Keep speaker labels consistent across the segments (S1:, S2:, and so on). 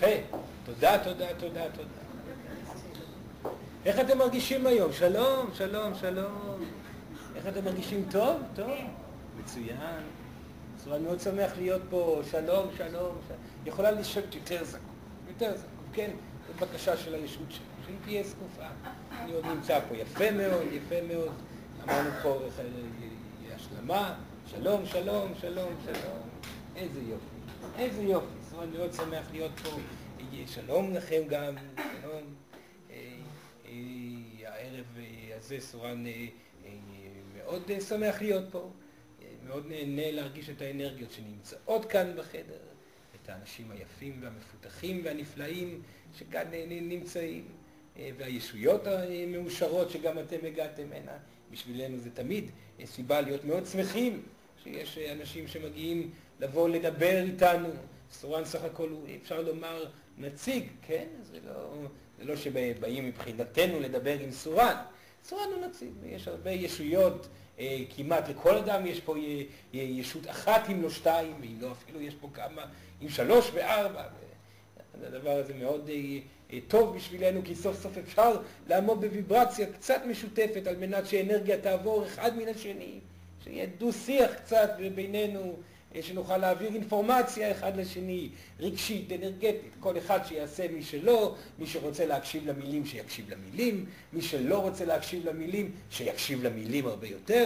S1: יפה. תודה, תודה, תודה, תודה. איך אתם מרגישים היום? שלום, שלום, שלום. איך אתם מרגישים? טוב? טוב. מצוין. אני מאוד שמח להיות פה. שלום, שלום. יכולה לשבת יותר זקוף. יותר זקוף, כן? זו בקשה של הישות שלי. שהיא תהיה זקופה. אני עוד נמצא פה. יפה מאוד, יפה מאוד. אמרנו פה השלמה. שלום, שלום, שלום, שלום. איזה יופי. איזה יופי. אני מאוד שמח להיות פה. שלום לכם גם. שלום. הערב הזה סורן מאוד שמח להיות פה, מאוד נהנה להרגיש את האנרגיות שנמצאות כאן בחדר, את האנשים היפים והמפותחים והנפלאים שכאן נמצאים, והישויות המאושרות שגם אתם הגעתם הנה. בשבילנו זה תמיד סיבה להיות מאוד שמחים שיש אנשים שמגיעים לבוא לדבר איתנו. סורן סך הכל הוא, אפשר לומר, נציג, כן? זה לא שבאים מבחינתנו לדבר עם סורן. סורן הוא נציג, ויש הרבה ישויות, כמעט לכל אדם יש פה ישות אחת אם לא שתיים, ואם לא אפילו יש פה כמה, עם 3 ו4. הדבר הזה מאוד טוב בשבילנו, כי סוף סוף אפשר לעמוד בוויברציה קצת משותפת על מנת שאנרגיה תעבור אחד מן השני, שיהיה דו-שיח קצת בינינו, שנוכל להעביר אינפורמציה אחד לשני, רגשית, אנרגטית, כל אחד שיעשה מי שלא, מי שרוצה להקשיב למילים שיקשיב למילים, מי שלא רוצה להקשיב למילים שיקשיב למילים הרבה יותר,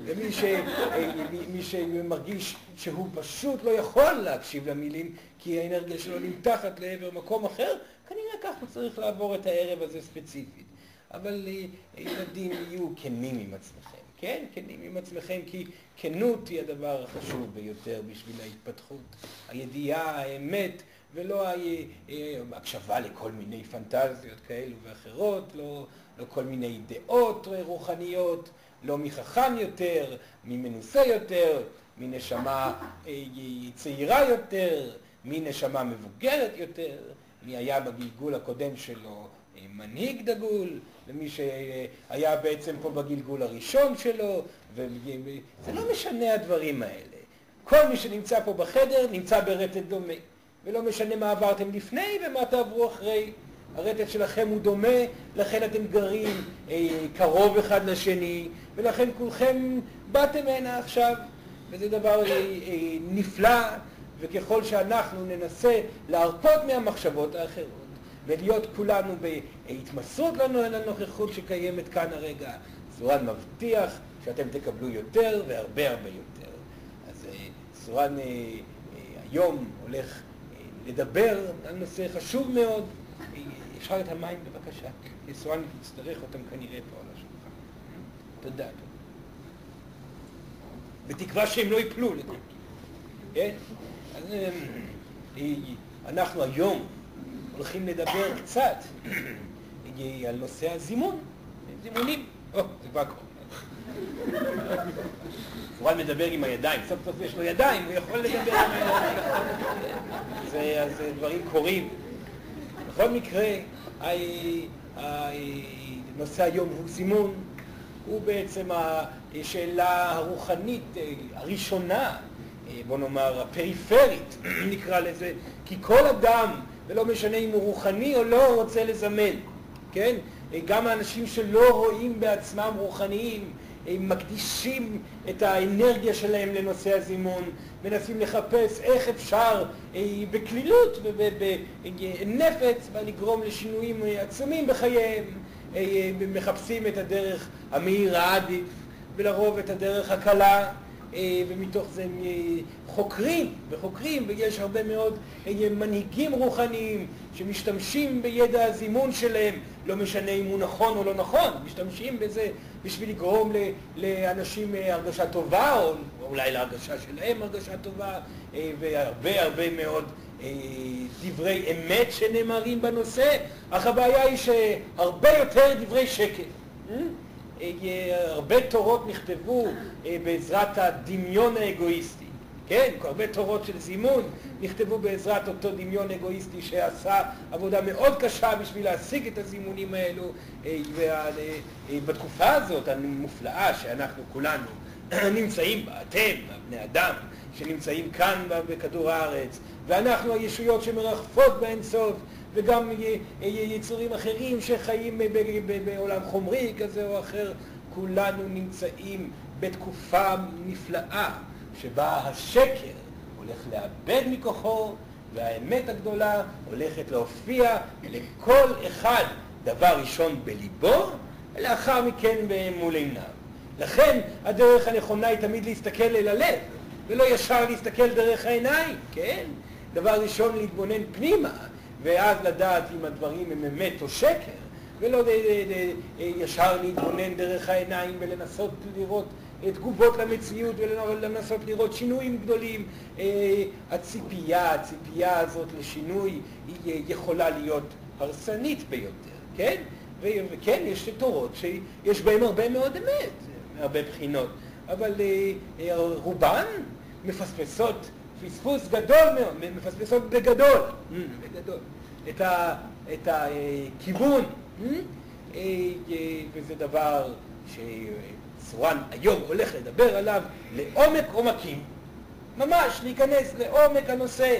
S1: ומי שמרגיש שהוא פשוט לא יכול להקשיב למילים כי האנרגיה שלו נמתחת לעבר מקום אחר, כנראה כך הוא צריך לעבור את הערב הזה ספציפית. אבל ילדים יהיו כנים עם עצמכם. כן, כנים עם עצמכם, כי כנות היא הדבר החשוב ביותר בשביל ההתפתחות. הידיעה, האמת, ולא הקשבה לכל מיני פנטזיות כאלו ואחרות, לא כל מיני דעות רוחניות, לא מחכם יותר, ממנוסה יותר, מנשמה צעירה יותר, מנשמה מבוגרת יותר, מי היה בגלגול הקודם שלו מנהיג דגול, למי שהיה בעצם פה בגלגול הראשון שלו, זה לא משנה הדברים האלה. כל מי שנמצא פה בחדר נמצא ברטט דומה, ולא משנה מה עברתם לפני ומה תעברו אחרי. הרטט שלכם הוא דומה, לכן אתם גרים קרוב אחד לשני, ולכן כולכם באתם הנה עכשיו, וזה דבר נפלא, וככל שאנחנו ננסה להרפות מהמחשבות האחרות, ולהיות כולנו בהתמסרות לנו אל הנוכחות שקיימת כאן הרגע, סורן מבטיח שאתם תקבלו יותר והרבה הרבה יותר. אז סורן היום הולך לדבר על נושא חשוב מאוד. אפשר את המים בבקשה? סורן יצטרך אותם כנראה פה על השולחן. תודה. בתקווה שהם לא ייפלו לדעתי. כן? אז אנחנו היום הולכים לדבר קצת על נושא הזימון, זימונים. זה כבר קורה. סורן מדבר עם הידיים, סוף סוף יש לו ידיים, הוא יכול לדבר עם הידיים. אז דברים קורים. בכל מקרה, הנושא היום הוא זימון, הוא בעצם השאלה הרוחנית הראשונה, בוא נאמר הפריפרית, נקרא לזה, כי כל אדם, ולא משנה אם הוא רוחני או לא, רוצה לזמן, כן? גם האנשים שלא רואים בעצמם רוחניים, הם מקדישים את האנרגיה שלהם לנושא הזימון, מנסים לחפש איך אפשר בכלילות ובנפץ ולגרום לשינויים עצומים בחייהם, מחפשים את הדרך המהירה עדיף ולרוב את הדרך הקלה, ומתוך זה הם חוקרים וחוקרים, ויש הרבה מאוד מנהיגים רוחניים שמשתמשים בידע הזימון שלהם, לא משנה אם הוא נכון או לא נכון, משתמשים בזה בשביל לגרום לאנשים הרגשה טובה, או אולי להרגשה שלהם הרגשה טובה, והרבה הרבה מאוד דברי אמת שנאמרים בנושא, אך הבעיה היא שהרבה יותר דברי שקר. הרבה תורות נכתבו בעזרת הדמיון האגואיסטי, כן? הרבה תורות של זימון נכתבו בעזרת אותו דמיון אגואיסטי שעשה עבודה מאוד קשה בשביל להשיג את הזימונים האלו, ובתקופה הזאת המופלאה שאנחנו כולנו נמצאים בה, אתם, בני אדם, שנמצאים כאן בכדור הארץ, ואנחנו הישויות שמרחפות באינסוף, וגם יצורים אחרים שחיים בעולם חומרי כזה או אחר, כולנו נמצאים בתקופה נפלאה, שבה השקר הולך לאבד מכוחו, והאמת הגדולה הולכת להופיע לכל אחד דבר ראשון בליבו, ולאחר מכן מול עיניו. לכן הדרך הנכונה היא תמיד להסתכל אל הלב, ולא ישר להסתכל דרך העיניים, כן? דבר ראשון להתבונן פנימה, ואז לדעת אם הדברים הם אמת או שקר, ולא ישר להתבונן דרך העיניים ולנסות לראות תגובות למציאות ולנסות לראות שינויים גדולים. הציפייה הזאת לשינוי היא יכולה להיות הרסנית ביותר, כן? וכן, יש תורות שיש בהן הרבה מאוד אמת, מהרבה בחינות, אבל רובן מפספסות פספוס גדול מאוד, מפספסות בגדול את הכיוון, וזה דבר שסורן היום הולך לדבר עליו לעומק עומקים, ממש להיכנס לעומק הנושא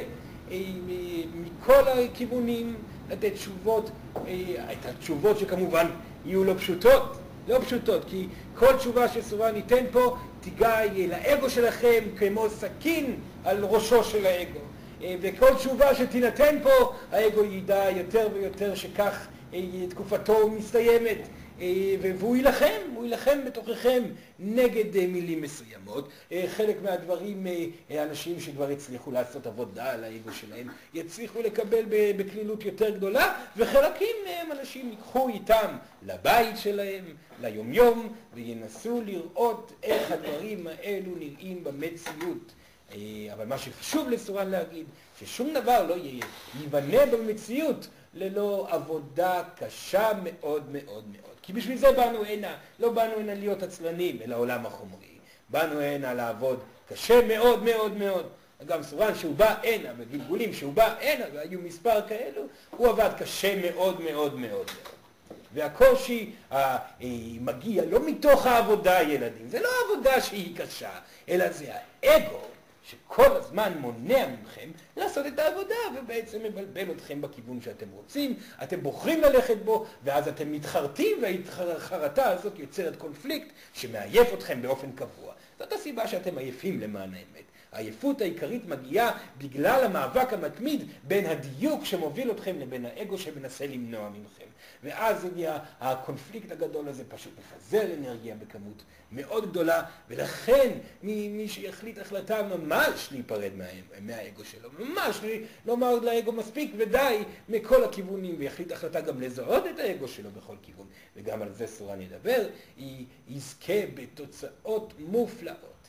S1: מכל הכיוונים, לתת תשובות, את התשובות שכמובן יהיו לא פשוטות, כי כל תשובה שסורן ייתן פה תיגע לאגו שלכם כמו סכין על ראשו של האגו, וכל תשובה שתינתן פה האגו ידע יותר ויותר שכך תקופתו מסתיימת, והוא יילחם בתוככם נגד מילים מסוימות. חלק מהדברים אנשים שכבר הצליחו לעשות עבודה על האגו שלהם יצליחו לקבל בקלילות יותר גדולה, וחלקים מהם אנשים ייקחו איתם לבית שלהם, ליומיום, וינסו לראות איך הדברים האלו נראים במציאות. אבל מה שחשוב לסורן להגיד, ששום דבר לא ייבנה במציאות ללא עבודה קשה מאוד מאוד מאוד. כי בשביל זה באנו הנה, לא באנו הנה להיות עצלנים אל העולם החומרי. באנו הנה לעבוד קשה מאוד מאוד מאוד. גם סורן שהוא בא הנה, בגלגולים שהוא בא הנה, והיו מספר כאלו, הוא עבד קשה מאוד מאוד מאוד. והקושי מגיע לא מתוך העבודה, ילדים. זה לא עבודה שהיא קשה, אלא זה האגו שכל הזמן מונע מכם לעשות את העבודה, ובעצם מבלבל אתכם בכיוון שאתם רוצים, אתם בוחרים ללכת בו, ואז אתם מתחרטים, והחרטה הזאת יוצרת קונפליקט שמעייף אתכם באופן קבוע. זאת הסיבה שאתם עייפים למען האמת. העייפות העיקרית מגיעה בגלל המאבק המתמיד בין הדיוק שמוביל אתכם לבין האגו שמנסה למנוע מכם. ואז הגיע הקונפליקט הגדול הזה, פשוט מפזר אנרגיה בכמות מאוד גדולה, ולכן מי שיחליט החלטה ממש להיפרד מהאגו שלו, ממש לומר לאגו מספיק ודי מכל הכיוונים, ויחליט החלטה גם לזהות את האגו שלו בכל כיוון, וגם על זה סורן ידבר, יזכה בתוצאות מופלאות.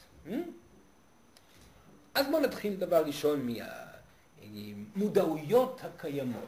S1: אז בואו נתחיל דבר ראשון מהמודעויות הקיימות.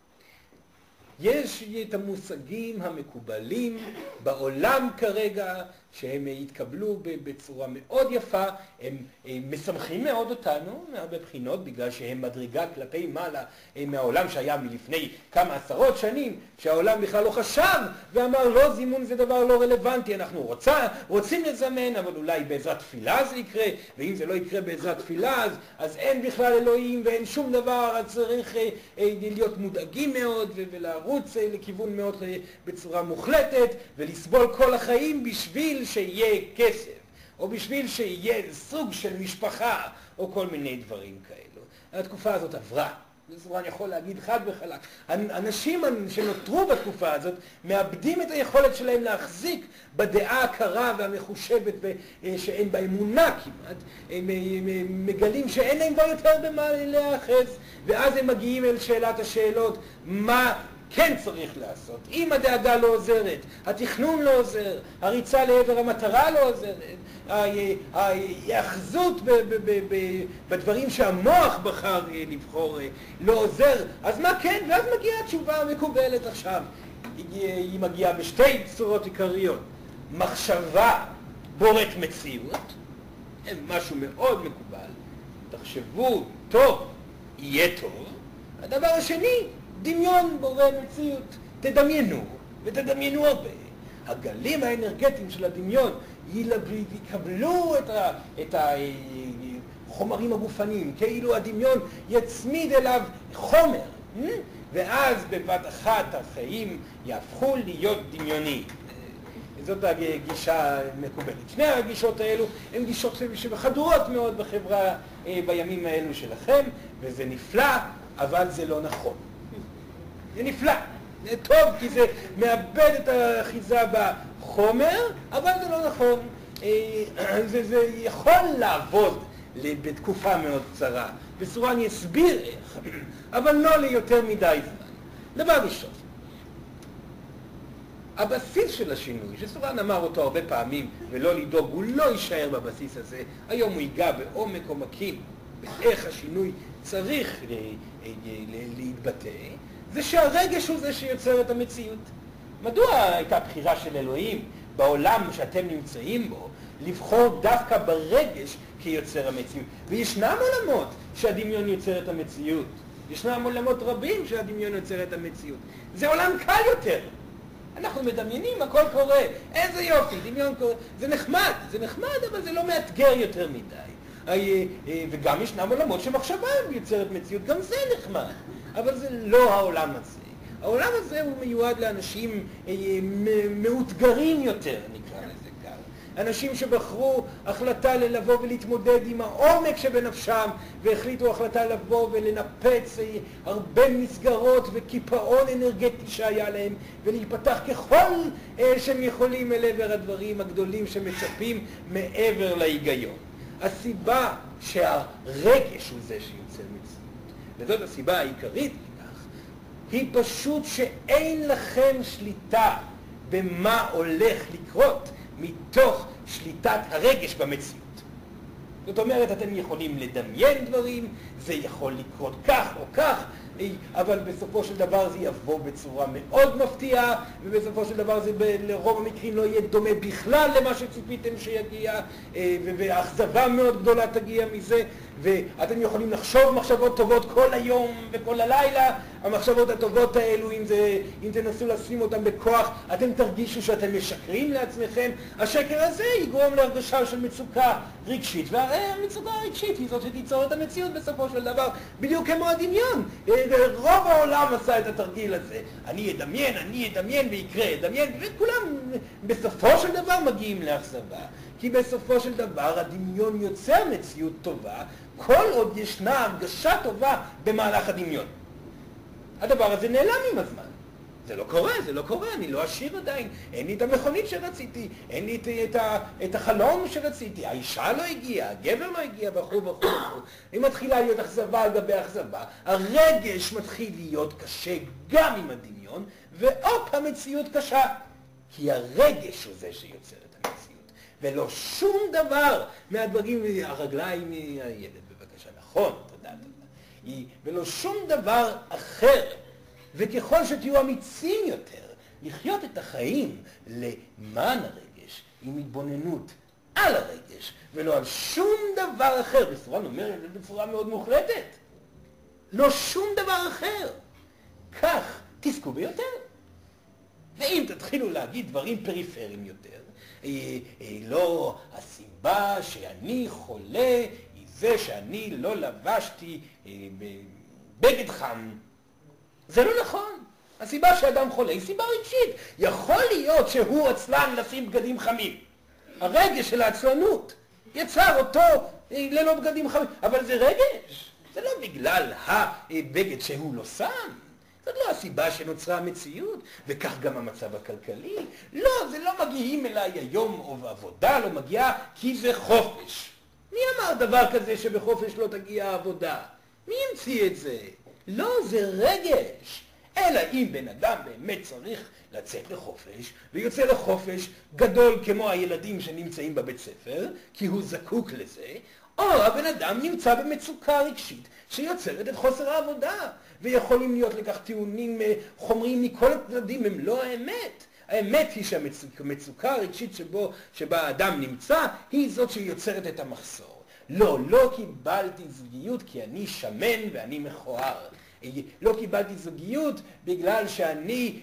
S1: יש את המושגים המקובלים בעולם כרגע, שהם התקבלו בצורה מאוד יפה, הם משמחים מאוד אותנו מהרבה בחינות, בגלל שהם מדרגה כלפי מעלה מהעולם שהיה מלפני כמה עשרות שנים, שהעולם בכלל לא חשב ואמר לא, זימון זה דבר לא רלוונטי, אנחנו רוצים לזמן, אבל אולי בעזרת תפילה זה יקרה, ואם זה לא יקרה בעזרת תפילה אז אין בכלל אלוהים ואין שום דבר, אז צריך להיות מודאגים מאוד ולרוץ לכיוון מאוד בצורה מוחלטת ולסבול כל החיים בשביל שיהיה כסף, או בשביל שיהיה סוג של משפחה, או כל מיני דברים כאלו. התקופה הזאת עברה. סורן יכול להגיד חד וחלק. אנשים שנותרו בתקופה הזאת מאבדים את היכולת שלהם להחזיק בדעה הקרה והמחושבת שאין בה אמונה כמעט. הם מגלים שאין להם כבר יותר במה להאחז, ואז הם מגיעים אל שאלת השאלות, מה כן צריך לעשות? אם הדאגה לא עוזרת, התכנון לא עוזר, הריצה לעבר המטרה לא עוזרת, ההאחזות בדברים שהמוח בחר לבחור לא עוזר, אז מה כן? ואז מגיעה התשובה המקובלת עכשיו. היא מגיעה בשתי צורות עיקריות. מחשבה בוראת מציאות, משהו מאוד מקובל. תחשבו טוב, יהיה טוב. הדבר השני, דמיון בורא מציאות. תדמיינו, ותדמיינו הרבה. הגלים האנרגטיים של הדמיון יקבלו את החומרים הגופניים, כאילו הדמיון יצמיד אליו חומר, ואז בבת אחת החיים יהפכו להיות דמיוני. זאת הגישה מקובלת. שני הגישות האלו הן גישות שחדורות מאוד בחברה בימים האלו שלכם, וזה נפלא, אבל זה לא נכון. זה נפלא, זה טוב כי זה מאבד את האחיזה בחומר, אבל זה לא נכון. זה יכול לעבוד בתקופה מאוד קצרה, בצורה אני אסביר איך, אבל לא ליותר מדי זמן. דבר ראשון, הבסיס של השינוי, שסורן אמר אותו הרבה פעמים, ולא לדאוג, הוא לא יישאר בבסיס הזה, היום הוא ייגע בעומק עומקים, באיך השינוי צריך להתבטא, זה שהרגש הוא זה שיוצר את המציאות. מדוע הייתה בחירה של אלוהים בעולם שאתם נמצאים בו, לבחור דווקא ברגש כיוצר המציאות? וישנם עולמות שהדמיון יוצר את המציאות. ישנם עולמות רבים שהדמיון יוצר את המציאות. זה עולם קל יותר. אנחנו מדמיינים, הכל קורה. איזה יופי, דמיון קורה. זה נחמד, אבל זה לא מאתגר יותר מדי. וגם ישנם עולמות שמחשבה יוצרת מציאות, גם זה נחמד. אבל זה לא העולם הזה. העולם הזה הוא מיועד לאנשים מאותגרים יותר, נקרא לזה כך. אנשים שבחרו החלטה לבוא ולהתמודד עם העומק שבנפשם, והחליטו החלטה לבוא ולנפץ הרבה מסגרות וקיפאון אנרגטי שהיה להם, ולהיפתח ככל שהם יכולים אל עבר הדברים הגדולים שמצפים מעבר להיגיון. הסיבה שהרגש הוא זה שיוצר מציאות, וזאת הסיבה העיקרית לכך, היא פשוט שאין לכם שליטה במה הולך לקרות מתוך שליטת הרגש במציאות. זאת אומרת, אתם יכולים לדמיין דברים, זה יכול לקרות כך או כך, אבל בסופו של דבר זה יבוא בצורה מאוד מפתיעה, ובסופו של דבר זה לרוב המקרים לא יהיה דומה בכלל למה שציפיתם שיגיע, והאכזבה מאוד גדולה תגיע מזה, ואתם יכולים לחשוב מחשבות טובות כל היום וכל הלילה. המחשבות הטובות האלו, אם תנסו לשים אותם בכוח, אתם תרגישו שאתם משקרים לעצמכם. השקר הזה יגרום להרגשה של מצוקה רגשית, והרי המצוקה הרגשית היא זאת שתיצור את המציאות בסופו של דבר, בדיוק כמו הדמיון. רוב העולם עשה את התרגיל הזה. אני אדמיין ויקרה, אדמיין, וכולם בסופו של דבר מגיעים לאכזבה. כי בסופו של דבר הדמיון יוצר מציאות טובה, כל עוד ישנה הרגשה טובה במהלך הדמיון. הדבר הזה נעלם עם הזמן. זה לא קורה, אני לא עשיר עדיין, אין לי את המכונית שרציתי, אין לי את החלום שרציתי, האישה לא הגיעה, הגבר לא הגיע וכו'. היא מתחילה להיות אכזבה על גבי אכזבה, הרגש מתחיל להיות קשה גם עם הדמיון, ואופ, המציאות קשה. כי הרגש הוא זה שיוצר את המציאות, ולא שום דבר מהדברים, הרגליים הילד בבקשה, נכון, תודה. ולא שום דבר אחר. וככל שתהיו אמיצים יותר לחיות את החיים למען הרגש, עם התבוננות על הרגש, ולא על שום דבר אחר, בסורן אומרת בצורה מאוד מוחלטת, לא שום דבר אחר, כך תזכו ביותר. ואם תתחילו להגיד דברים פריפריים יותר, לא, הסיבה שאני חולה היא זה שאני לא לבשתי בגד חם, זה לא נכון. הסיבה שאדם חולה היא סיבה רגשית. יכול להיות שהוא עצלן לשים בגדים חמים. הרגש של העצלנות יצר אותו ללא בגדים חמים. אבל זה רגש. זה לא בגלל הבגד שהוא לא שם. זאת לא הסיבה שנוצרה המציאות, וכך גם המצב הכלכלי. לא, זה לא מגיעים אליי היום, או בעבודה לא מגיעה, כי זה חופש. מי אמר דבר כזה שבחופש לא תגיע העבודה? מי המציא את זה? לא, זה רגש. אלא אם בן אדם באמת צריך לצאת לחופש, ויוצא לחופש גדול כמו הילדים שנמצאים בבית ספר, כי הוא זקוק לזה, או הבן אדם נמצא במצוקה רגשית שיוצרת את חוסר העבודה, ויכולים להיות לכך טיעונים חומריים מכל הצדדים, הם לא האמת. האמת היא שהמצוקה הרגשית שבה האדם נמצא, היא זאת שיוצרת את המחסור. לא קיבלתי זוגיות כי אני שמן ואני מכוער. לא קיבלתי זוגיות בגלל שאני,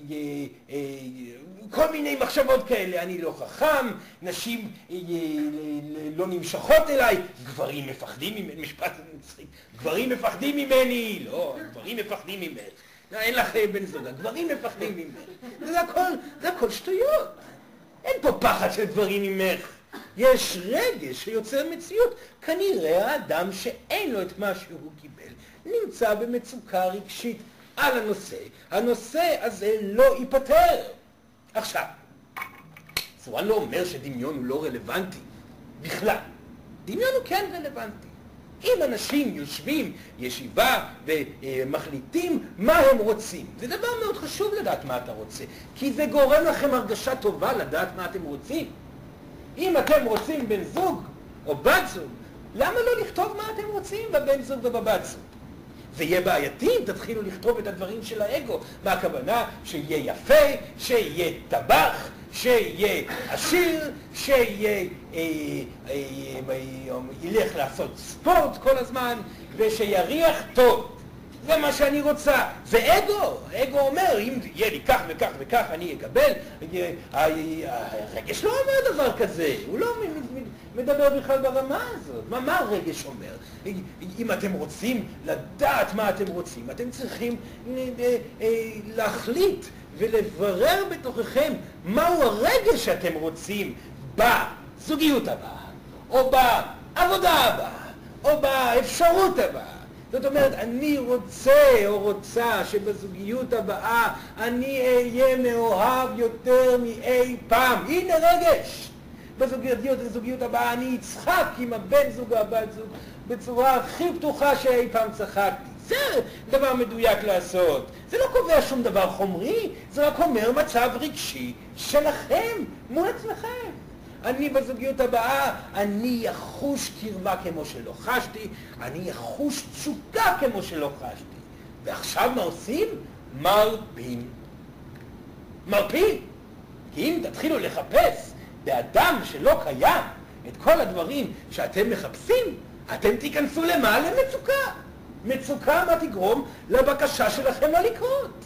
S1: כל מיני מחשבות כאלה, אני לא חכם, נשים לא נמשכות אליי, גברים מפחדים ממני, משפט מצחיק, גברים מפחדים ממני, לא, גברים מפחדים ממך, אין לך בן זוג, הגברים מפחדים ממך, זה הכל שטויות, אין פה פחד של גברים ממך. יש רגש שיוצר מציאות. כנראה האדם שאין לו את מה שהוא קיבל נמצא במצוקה רגשית על הנושא הזה לא ייפטר. עכשיו, סורן לא אומר שדמיון הוא לא רלוונטי בכלל. דמיון הוא כן רלוונטי. אם אנשים יושבים ישיבה ומחליטים מה הם רוצים, זה דבר מאוד חשוב לדעת מה אתה רוצה, כי זה גורם לכם הרגשה טובה לדעת מה אתם רוצים. אם אתם רוצים בן זוג או בת זוג, למה לא לכתוב מה אתם רוצים בבן זוג ובבת זוג? זה יהיה בעייתי אם תתחילו לכתוב את הדברים של האגו. מה הכוונה? שיהיה יפה, שיהיה טבח, שיהיה עשיר, שיהיה ילך לעשות ספורט כל הזמן, ושיריח טוב. זה מה שאני רוצה. זה אגו. האגו אומר, אם יהיה לי כך וכך וכך, אני אקבל. הרגש לא אומר דבר כזה. הוא לא מדבר בכלל ברמה הזאת. מה הרגש אומר? אם אתם רוצים לדעת מה אתם רוצים, אתם צריכים להחליט ולברר בתוככם מהו הרגש שאתם רוצים בזוגיות הבאה, או בעבודה הבאה, או באפשרות הבאה. זאת אומרת, אני רוצה או רוצה שבזוגיות הבאה אני אהיה מאוהב יותר מאי פעם. הנה רגש. בזוגיות הבאה אני אצחק עם הבן זוג או הבת זוג בצורה הכי פתוחה שאי פעם צחקתי. זה דבר מדויק לעשות. זה לא קובע שום דבר חומרי, זה רק אומר מצב רגשי שלכם מול עצמכם. אני בזוגיות הבאה, אני אחוש קרבה כמו שלא חשתי, אני אחוש תשוקה כמו שלא חשתי. ועכשיו מה עושים? מרפים. מרפים. כי אם תתחילו לחפש באדם שלא קיים את כל הדברים שאתם מחפשים, אתם תיכנסו למה? למצוקה. מצוקה מה תגרום לבקשה שלכם לא לקרות.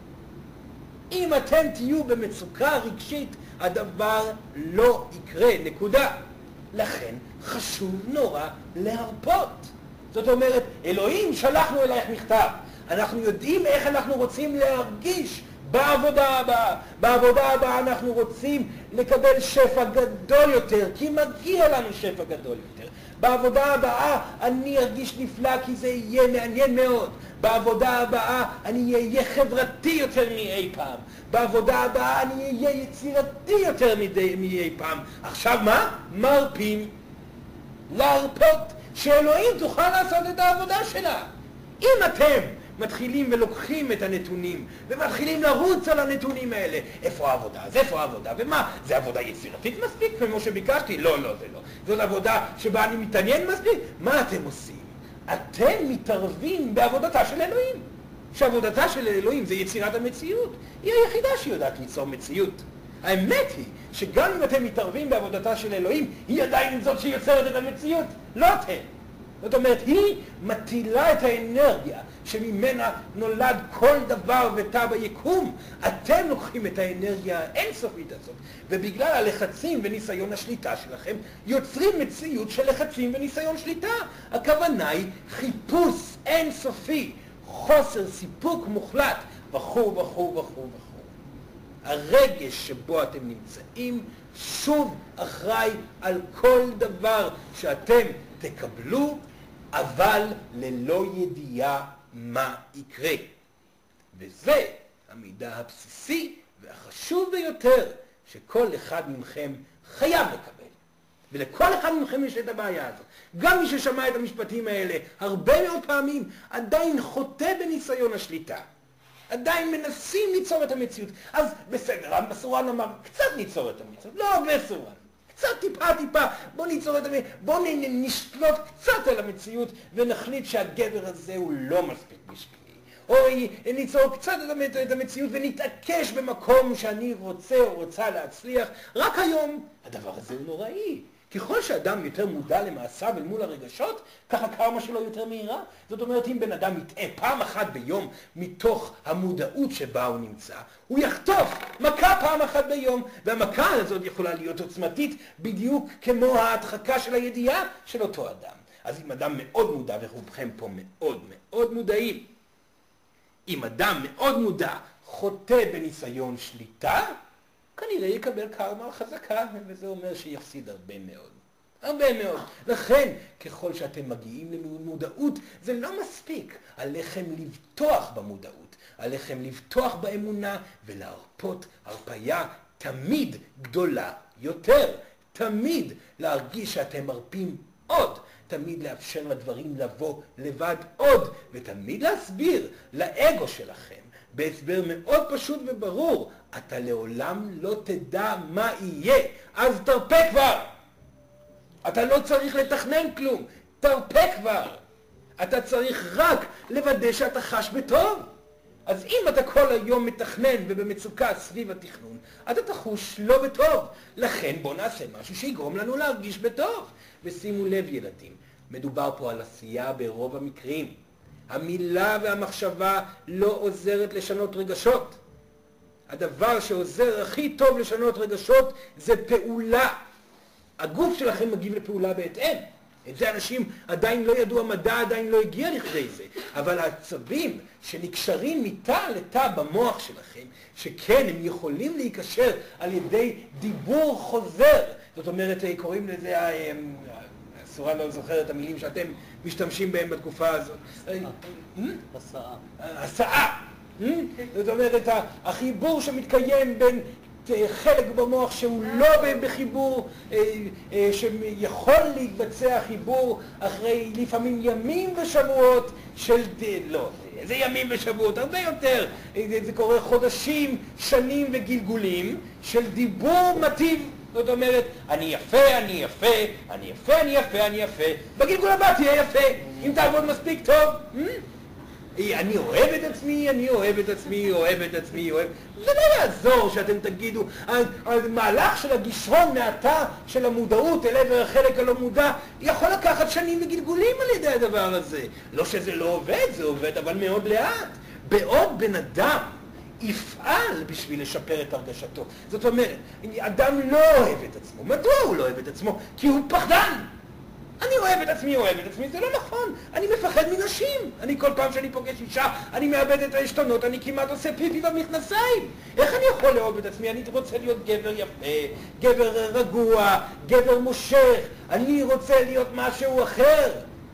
S1: אם אתם תהיו במצוקה רגשית, הדבר לא יקרה, נקודה. לכן חשוב נורא להרפות. זאת אומרת, אלוהים שלחנו אלייך מכתב. אנחנו יודעים איך אנחנו רוצים להרגיש בעבודה הבאה. בעבודה הבאה אנחנו רוצים לקבל שפע גדול יותר, כי מגיע לנו שפע גדול יותר. בעבודה הבאה אני ארגיש נפלא כי זה יהיה מעניין מאוד. בעבודה הבאה אני אהיה חברתי יותר מאי פעם. בעבודה הבאה אני אהיה יצירתי יותר מאי פעם. עכשיו מה? מרפים. להרפות. שאלוהים תוכל לעשות את העבודה שלה. אם אתם מתחילים ולוקחים את הנתונים ומתחילים לרוץ על הנתונים האלה, איפה העבודה? אז איפה העבודה? ומה? זה עבודה יצירתית מספיק כמו שביקשתי? לא, לא, זה לא. זאת עבודה שבה אני מתעניין מספיק? מה אתם עושים? אתם מתערבים בעבודתה של אלוהים. שעבודתה של אלוהים זה יצירת המציאות. היא היחידה שיודעת ליצור מציאות. האמת היא שגם אם אתם מתערבים בעבודתה של אלוהים, היא עדיין זאת שיוצרת את המציאות, לא אתם. זאת אומרת, היא מטילה את האנרגיה שממנה נולד כל דבר ותא ביקום. אתם לוקחים את האנרגיה האינסופית הזאת, ובגלל הלחצים וניסיון השליטה שלכם, יוצרים מציאות של לחצים וניסיון שליטה. הכוונה היא חיפוש אינסופי, חוסר סיפוק מוחלט, וכו' וכו' וכו' וכו'. הרגש שבו אתם נמצאים שוב אחראי על כל דבר שאתם תקבלו, אבל ללא ידיעה מה יקרה. וזה המידע הבסיסי והחשוב ביותר שכל אחד מכם חייב לקבל. ולכל אחד מכם יש את הבעיה הזאת. גם מי ששמע את המשפטים האלה הרבה מאוד פעמים עדיין חוטא בניסיון השליטה. עדיין מנסים ליצור את המציאות. אז בסדר, סורן אמר, קצת ניצור את המציאות. לא הרבה סורן. קצת טיפה, בוא ניצור את המציאות, בוא נשלוט קצת על המציאות ונחליט שהגבר הזה הוא לא מספיק בשבילי. או ניצור קצת את המציאות ונתעקש במקום שאני רוצה או רוצה להצליח. רק היום הדבר הזה הוא נוראי. ככל שאדם יותר מודע למעשיו אל מול הרגשות, ככה קרמה שלו יותר מהירה. זאת אומרת, אם בן אדם יטעה פעם אחת ביום מתוך המודעות שבה הוא נמצא, הוא יחטוף מכה פעם אחת ביום, והמכה הזאת יכולה להיות עוצמתית בדיוק כמו ההדחקה של הידיעה של אותו אדם. אז אם אדם מאוד מודע, ורובכם פה מאוד מאוד מודעים, אם אדם מאוד מודע חוטא בניסיון שליטה, כנראה יקבל קרמה חזקה, וזה אומר שיפסיד הרבה מאוד. הרבה מאוד. לכן, ככל שאתם מגיעים למודעות, זה לא מספיק. עליכם לבטוח במודעות, עליכם לבטוח באמונה ולהרפות הרפיה תמיד גדולה יותר. תמיד להרגיש שאתם מרפים עוד. תמיד לאפשר לדברים לבוא לבד עוד, ותמיד להסביר לאגו שלכם בהסבר מאוד פשוט וברור, אתה לעולם לא תדע מה יהיה, אז תרפה כבר. אתה לא צריך לתכנן כלום, תרפה כבר. אתה צריך רק לוודא שאתה חש בטוב. אז אם אתה כל היום מתכנן ובמצוקה סביב התכנון, אתה תחוש לא בטוב. לכן בוא נעשה משהו שיגרום לנו להרגיש בטוב. ושימו לב ילדים, מדובר פה על עשייה ברוב המקרים. המילה והמחשבה לא עוזרת לשנות רגשות. הדבר שעוזר הכי טוב לשנות רגשות זה פעולה. הגוף שלכם מגיב לפעולה בהתאם. את זה אנשים עדיין לא ידעו, המדע עדיין לא הגיע לכדי זה. אבל העצבים שנקשרים מתא לתא במוח שלכם, שכן הם יכולים להיקשר על ידי דיבור חוזר. זאת אומרת, קוראים לזה, סורה לא זוכר את המילים שאתם משתמשים בהם בתקופה הזאת.
S2: הסעה.
S1: הסעה. זאת אומרת, החיבור שמתקיים בין חלק במוח שהוא לא בחיבור, שיכול להתבצע חיבור אחרי לפעמים ימים ושבועות של, לא, זה ימים ושבועות, הרבה יותר. זה קורה חודשים, שנים וגלגולים של דיבור מטיב. זאת אומרת, אני יפה, אני יפה, אני יפה, אני יפה, אני יפה. בגלגול הבא תהיה יפה, אם תעבוד מספיק טוב. אני אוהב את עצמי, אני אוהב את עצמי, אוהב את עצמי, אוהב. זה לא יעזור שאתם תגידו, המהלך של הגישרון מהתא של המודעות אל עבר החלק הלא מודע יכול לקחת שנים וגלגולים על ידי הדבר הזה. לא שזה לא עובד, זה עובד, אבל מאוד לאט. בעוד בן אדם יפעל בשביל לשפר את הרגשתו. זאת אומרת, אדם לא אוהב את עצמו. מדוע הוא לא אוהב את עצמו? כי הוא פחדן. אני אוהב את עצמי, אוהב את עצמי, זה לא נכון. אני מפחד מנשים. אני כל פעם שאני פוגש אישה, אני מאבד את העשתונות, אני כמעט עושה פיפי במכנסיים. איך אני יכול לאהוב את עצמי? אני רוצה להיות גבר יפה, גבר רגוע, גבר מושך. אני רוצה להיות משהו אחר.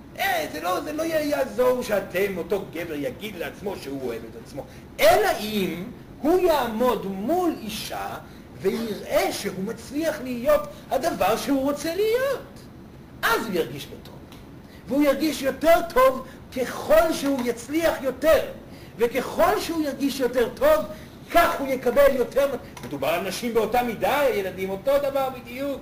S1: זה לא יעזור שאתם, אותו גבר יגיד לעצמו שהוא אוהב את עצמו. אלא אם הוא יעמוד מול אישה ויראה שהוא מצליח להיות הדבר שהוא רוצה להיות. אז הוא ירגיש בטוב. והוא ירגיש יותר טוב ככל שהוא יצליח יותר. וככל שהוא ירגיש יותר טוב, כך הוא יקבל יותר. מדובר על נשים באותה מידה, ילדים, אותו דבר בדיוק.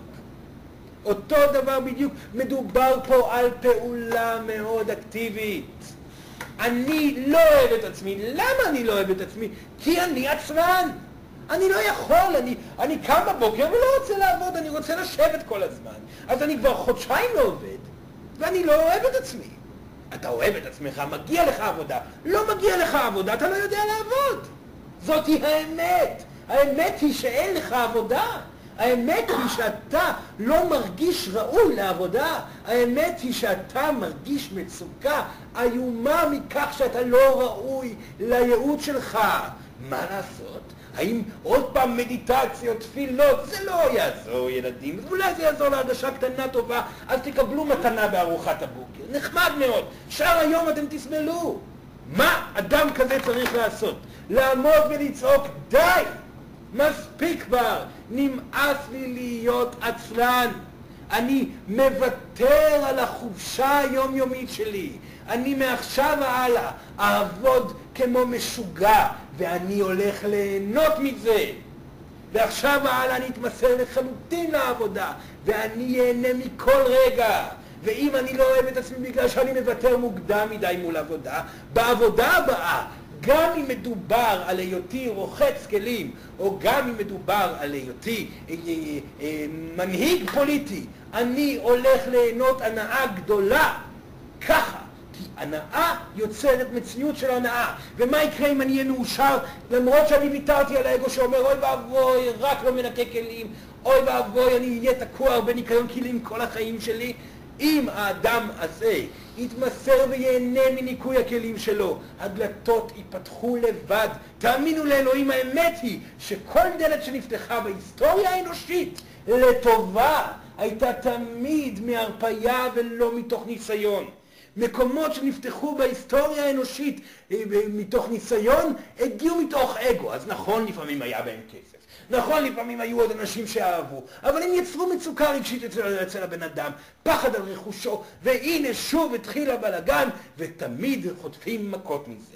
S1: אותו דבר בדיוק. מדובר פה על פעולה מאוד אקטיבית. אני לא אוהב את עצמי. למה אני לא אוהב את עצמי? כי אני עצרן. אני לא יכול, אני קם בבוקר ולא רוצה לעבוד, אני רוצה לשבת כל הזמן. אז אני כבר חודשיים לא עובד, ואני לא אוהב את עצמי. אתה אוהב את עצמך, מגיע לך עבודה. לא מגיע לך עבודה, אתה לא יודע לעבוד. זאת היא האמת. האמת היא שאין לך עבודה. האמת היא שאתה לא מרגיש ראוי לעבודה. האמת היא שאתה מרגיש מצוקה איומה מכך שאתה לא ראוי לייעוד שלך. מה לעשות? האם עוד פעם מדיטציות, תפילות? זה לא יעזור ילדים. אולי זה יעזור להרגשה קטנה טובה, אז תקבלו מתנה בארוחת הבוקר. נחמד מאוד. שאר היום אתם תסבלו. מה אדם כזה צריך לעשות? לעמוד ולצעוק, די! מספיק כבר! נמאס לי להיות עצלן. אני מוותר על החופשה היומיומית שלי. אני מעכשיו והלאה אעבוד כמו משוגע, ואני הולך ליהנות מזה. ועכשיו והלאה אני אתמסר לחלוטין לעבודה, ואני אהנה מכל רגע. ואם אני לא אוהב את עצמי בגלל שאני מוותר מוקדם מדי מול עבודה, בעבודה הבאה, גם אם מדובר על היותי רוחץ כלים, או גם אם מדובר על היותי מנהיג פוליטי, אני הולך ליהנות הנאה גדולה. ככה. כי הנאה יוצרת מציאות של הנאה. ומה יקרה אם אני אהיה מאושר, למרות שאני ויתרתי על האגו שאומר, אוי ואבוי, רק לא מנקה כלים, אוי ואבוי, אני אהיה תקוע בניקיון כלים כל החיים שלי. אם האדם הזה יתמסר ויהנה מניקוי הכלים שלו, הדלתות ייפתחו לבד. תאמינו לאלוהים, האמת היא שכל דלת שנפתחה בהיסטוריה האנושית לטובה הייתה תמיד מהרפיה ולא מתוך ניסיון. מקומות שנפתחו בהיסטוריה האנושית מתוך ניסיון הגיעו מתוך אגו. אז נכון, לפעמים היה בהם כסף, נכון, לפעמים היו עוד אנשים שאהבו, אבל הם יצרו מצוקה רגשית אצל הבן אדם, פחד על רכושו, והנה שוב התחיל הבלגן, ותמיד חוטפים מכות מזה.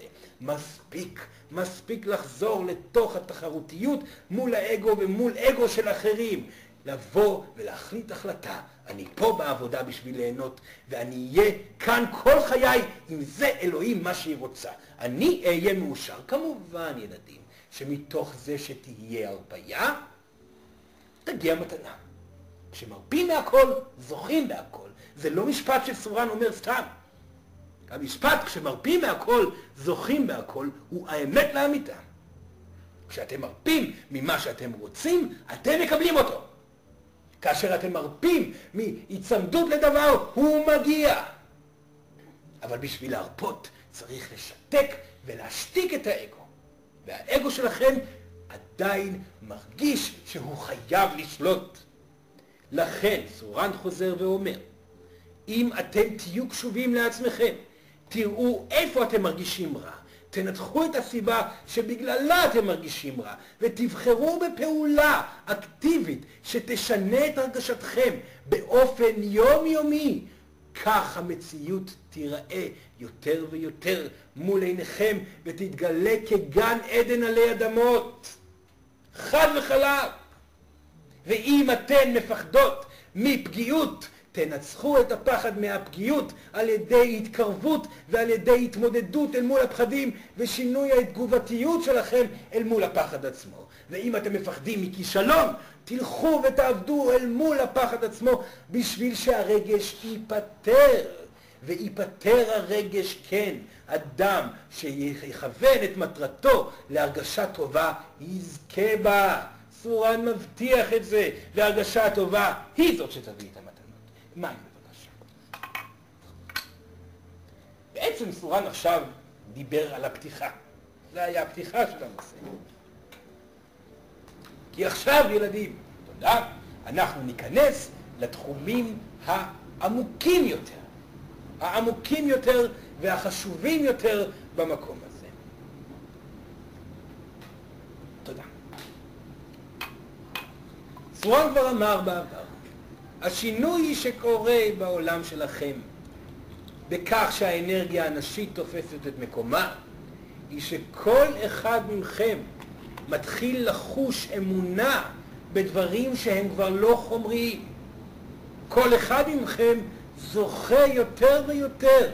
S1: מספיק לחזור לתוך התחרותיות מול האגו ומול אגו של אחרים. לבוא ולהחליט החלטה, אני פה בעבודה בשביל ליהנות, ואני אהיה כאן כל חיי, אם זה אלוהים מה שהיא רוצה. אני אהיה מאושר. כמובן, ילדים, שמתוך זה שתהיה הרפיה, תגיע מתנה. כשמרפים מהכל, זוכים בהכל. זה לא משפט שסורן אומר סתם. המשפט, כשמרפים מהכל, זוכים בהכל, הוא האמת לאמיתה. כשאתם מרפים ממה שאתם רוצים, אתם מקבלים אותו. כאשר אתם מרפים מהצמדות לדבר, הוא מגיע. אבל בשביל להרפות צריך לשתק ולהשתיק את האגו. והאגו שלכם עדיין מרגיש שהוא חייב לשלוט. לכן סורן חוזר ואומר, אם אתם תהיו קשובים לעצמכם, תראו איפה אתם מרגישים רע, תנתחו את הסיבה שבגללה אתם מרגישים רע, ותבחרו בפעולה אקטיבית שתשנה את הרגשתכם באופן יומיומי. כך המציאות תיראה יותר ויותר מול עיניכם, ותתגלה כגן עדן עלי אדמות. חד וחלק. ואם אתן מפחדות מפגיעות, תנצחו את הפחד מהפגיעות על ידי התקרבות ועל ידי התמודדות אל מול הפחדים ושינוי התגובתיות שלכם אל מול הפחד עצמו. ואם אתם מפחדים מכישלון, תלכו ותעבדו אל מול הפחד עצמו בשביל שהרגש ייפטר. וייפטר הרגש, כן, אדם שיכוון את מטרתו להרגשה טובה יזכה בה. סורן מבטיח את זה, והרגשה הטובה היא זאת שתביא את המתנות. מים בבקשה. בעצם סורן עכשיו דיבר על הפתיחה. זה היה הפתיחה של הנושא. כי עכשיו, ילדים, תודה, אנחנו ניכנס לתחומים העמוקים יותר. העמוקים יותר והחשובים יותר במקום הזה. תודה. סורן כבר אמר בעבר, השינוי שקורה בעולם שלכם בכך שהאנרגיה הנשית תופסת את מקומה, היא שכל אחד מכם מתחיל לחוש אמונה בדברים שהם כבר לא חומריים. כל אחד מכם זוכה יותר ויותר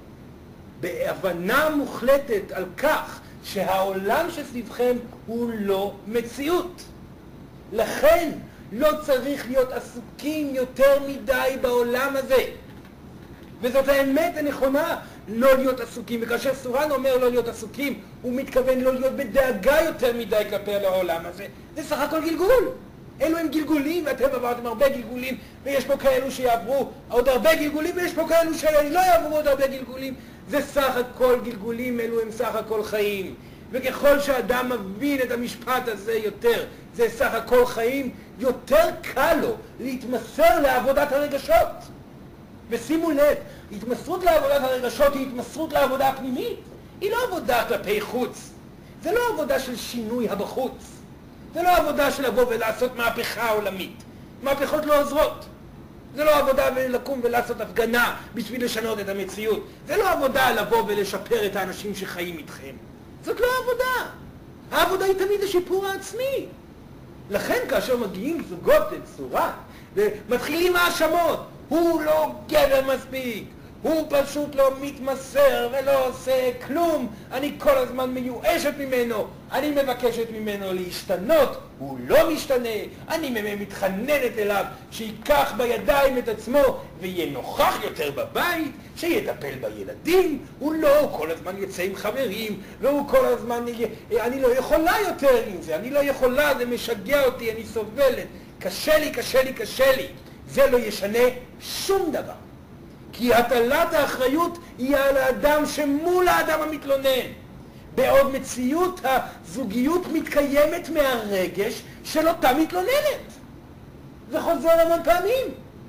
S1: בהבנה מוחלטת על כך שהעולם שסביבכם הוא לא מציאות. לכן לא צריך להיות עסוקים יותר מדי בעולם הזה. וזאת האמת הנכונה, לא להיות עסוקים. וכאשר סורן אומר לא להיות עסוקים, הוא מתכוון לא להיות בדאגה יותר מדי כלפי העולם הזה. זה סך הכל גלגול. אלו הם גלגולים, ואתם עברתם הרבה גלגולים, ויש פה כאלו שיעברו עוד הרבה גלגולים, ויש פה כאלו שלא יעברו עוד הרבה גלגולים. זה סך הכל גלגולים, אלו הם סך הכל חיים. וככל שאדם מבין את המשפט הזה יותר, זה סך הכל חיים, יותר קל לו להתמסר לעבודת הרגשות. ושימו לב, התמסרות לעבודת הרגשות היא התמסרות לעבודה הפנימית. היא לא עבודה כלפי חוץ. זה לא עבודה של שינוי הבחוץ. זה לא עבודה של לבוא ולעשות מהפכה עולמית. מהפכות לא עוזרות. זה לא עבודה לקום ולעשות הפגנה בשביל לשנות את המציאות. זה לא עבודה לבוא ולשפר את האנשים שחיים איתכם. זאת לא עבודה. העבודה היא תמיד השיפור העצמי. לכן כאשר מגיעים זוגות לצורה ומתחילים האשמות, הוא לא גבר מספיק, הוא פשוט לא מתמסר ולא עושה כלום. אני כל הזמן מיואשת ממנו. אני מבקשת ממנו להשתנות. הוא לא משתנה. אני מתחננת אליו שייקח בידיים את עצמו ויהיה נוכח יותר בבית, שיטפל בילדים. הוא כל הזמן יצא עם חברים, והוא כל הזמן אני לא יכולה יותר עם זה. אני לא יכולה, זה משגע אותי, אני סובלת. קשה לי, קשה לי, קשה לי. זה לא ישנה שום דבר. כי הטלת האחריות היא על האדם שמול האדם המתלונן. בעוד מציאות הזוגיות מתקיימת מהרגש של אותה מתלוננת. זה חוזר המון פעמים.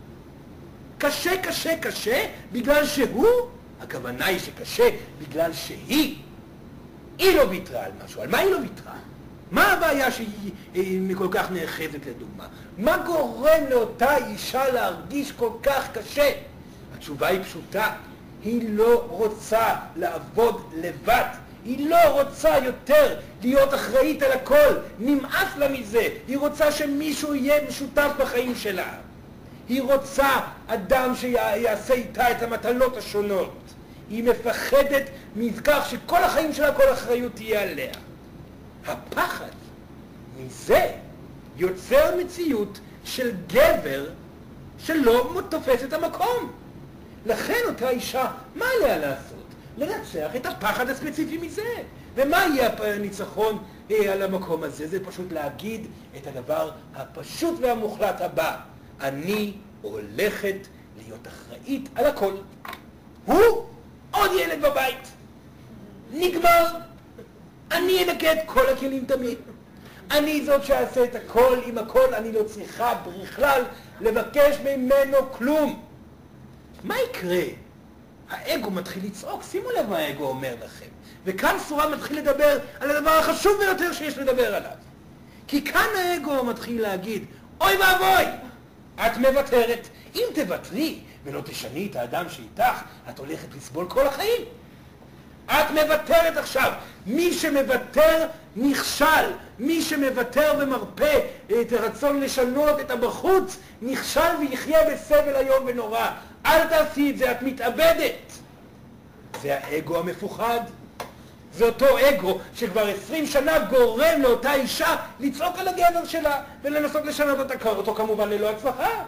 S1: קשה, קשה, קשה, בגלל שהוא, הכוונה היא שקשה בגלל שהיא לא ויתרה על משהו. על מה היא לא ויתרה? מה הבעיה שהיא כל כך נאחזת לדוגמה? מה גורם לאותה אישה להרגיש כל כך קשה? התשובה היא פשוטה. היא לא רוצה לעבוד לבד. היא לא רוצה יותר להיות אחראית על הכל. נמאס לה מזה. היא רוצה שמישהו יהיה משותף בחיים שלה. היא רוצה אדם שיעשה איתה את המטלות השונות. היא מפחדת מכך שכל החיים שלה, כל האחריות תהיה עליה. הפחד מזה יוצר מציאות של גבר שלא תופס את המקום. לכן אותה אישה, מה עליה לעשות? לנצח את הפחד הספציפי מזה. ומה יהיה הניצחון על המקום הזה? זה פשוט להגיד את הדבר הפשוט והמוחלט הבא. אני הולכת להיות אחראית על הכל. הוא עוד ילד בבית. נגמר. אני אנקה את כל הכלים תמיד. אני זאת שעשה את הכל. עם הכל אני לא צריכה בכלל לבקש ממנו כלום. מה יקרה? האגו מתחיל לצעוק. שימו לב מה האגו אומר לכם. וכאן סורה מתחיל לדבר על הדבר החשוב ביותר שיש לדבר עליו. כי כאן האגו מתחיל להגיד, אוי ואבוי, את מוותרת. אם תוותרי ולא תשני את האדם שאיתך, את הולכת לסבול כל החיים. את מוותרת עכשיו. מי שמוותר נכשל. מי שמוותר ומרפא את הרצון לשנות את הבחוץ, נכשל ויחיה בסבל היום ונורא. אל תעשי את זה, את מתאבדת. זה האגו המפוחד. זה אותו אגו שכבר 20 שנה גורם לאותה אישה לצעוק על הגבר שלה ולנסות לשנות אותו כמובן ללא הצלחה.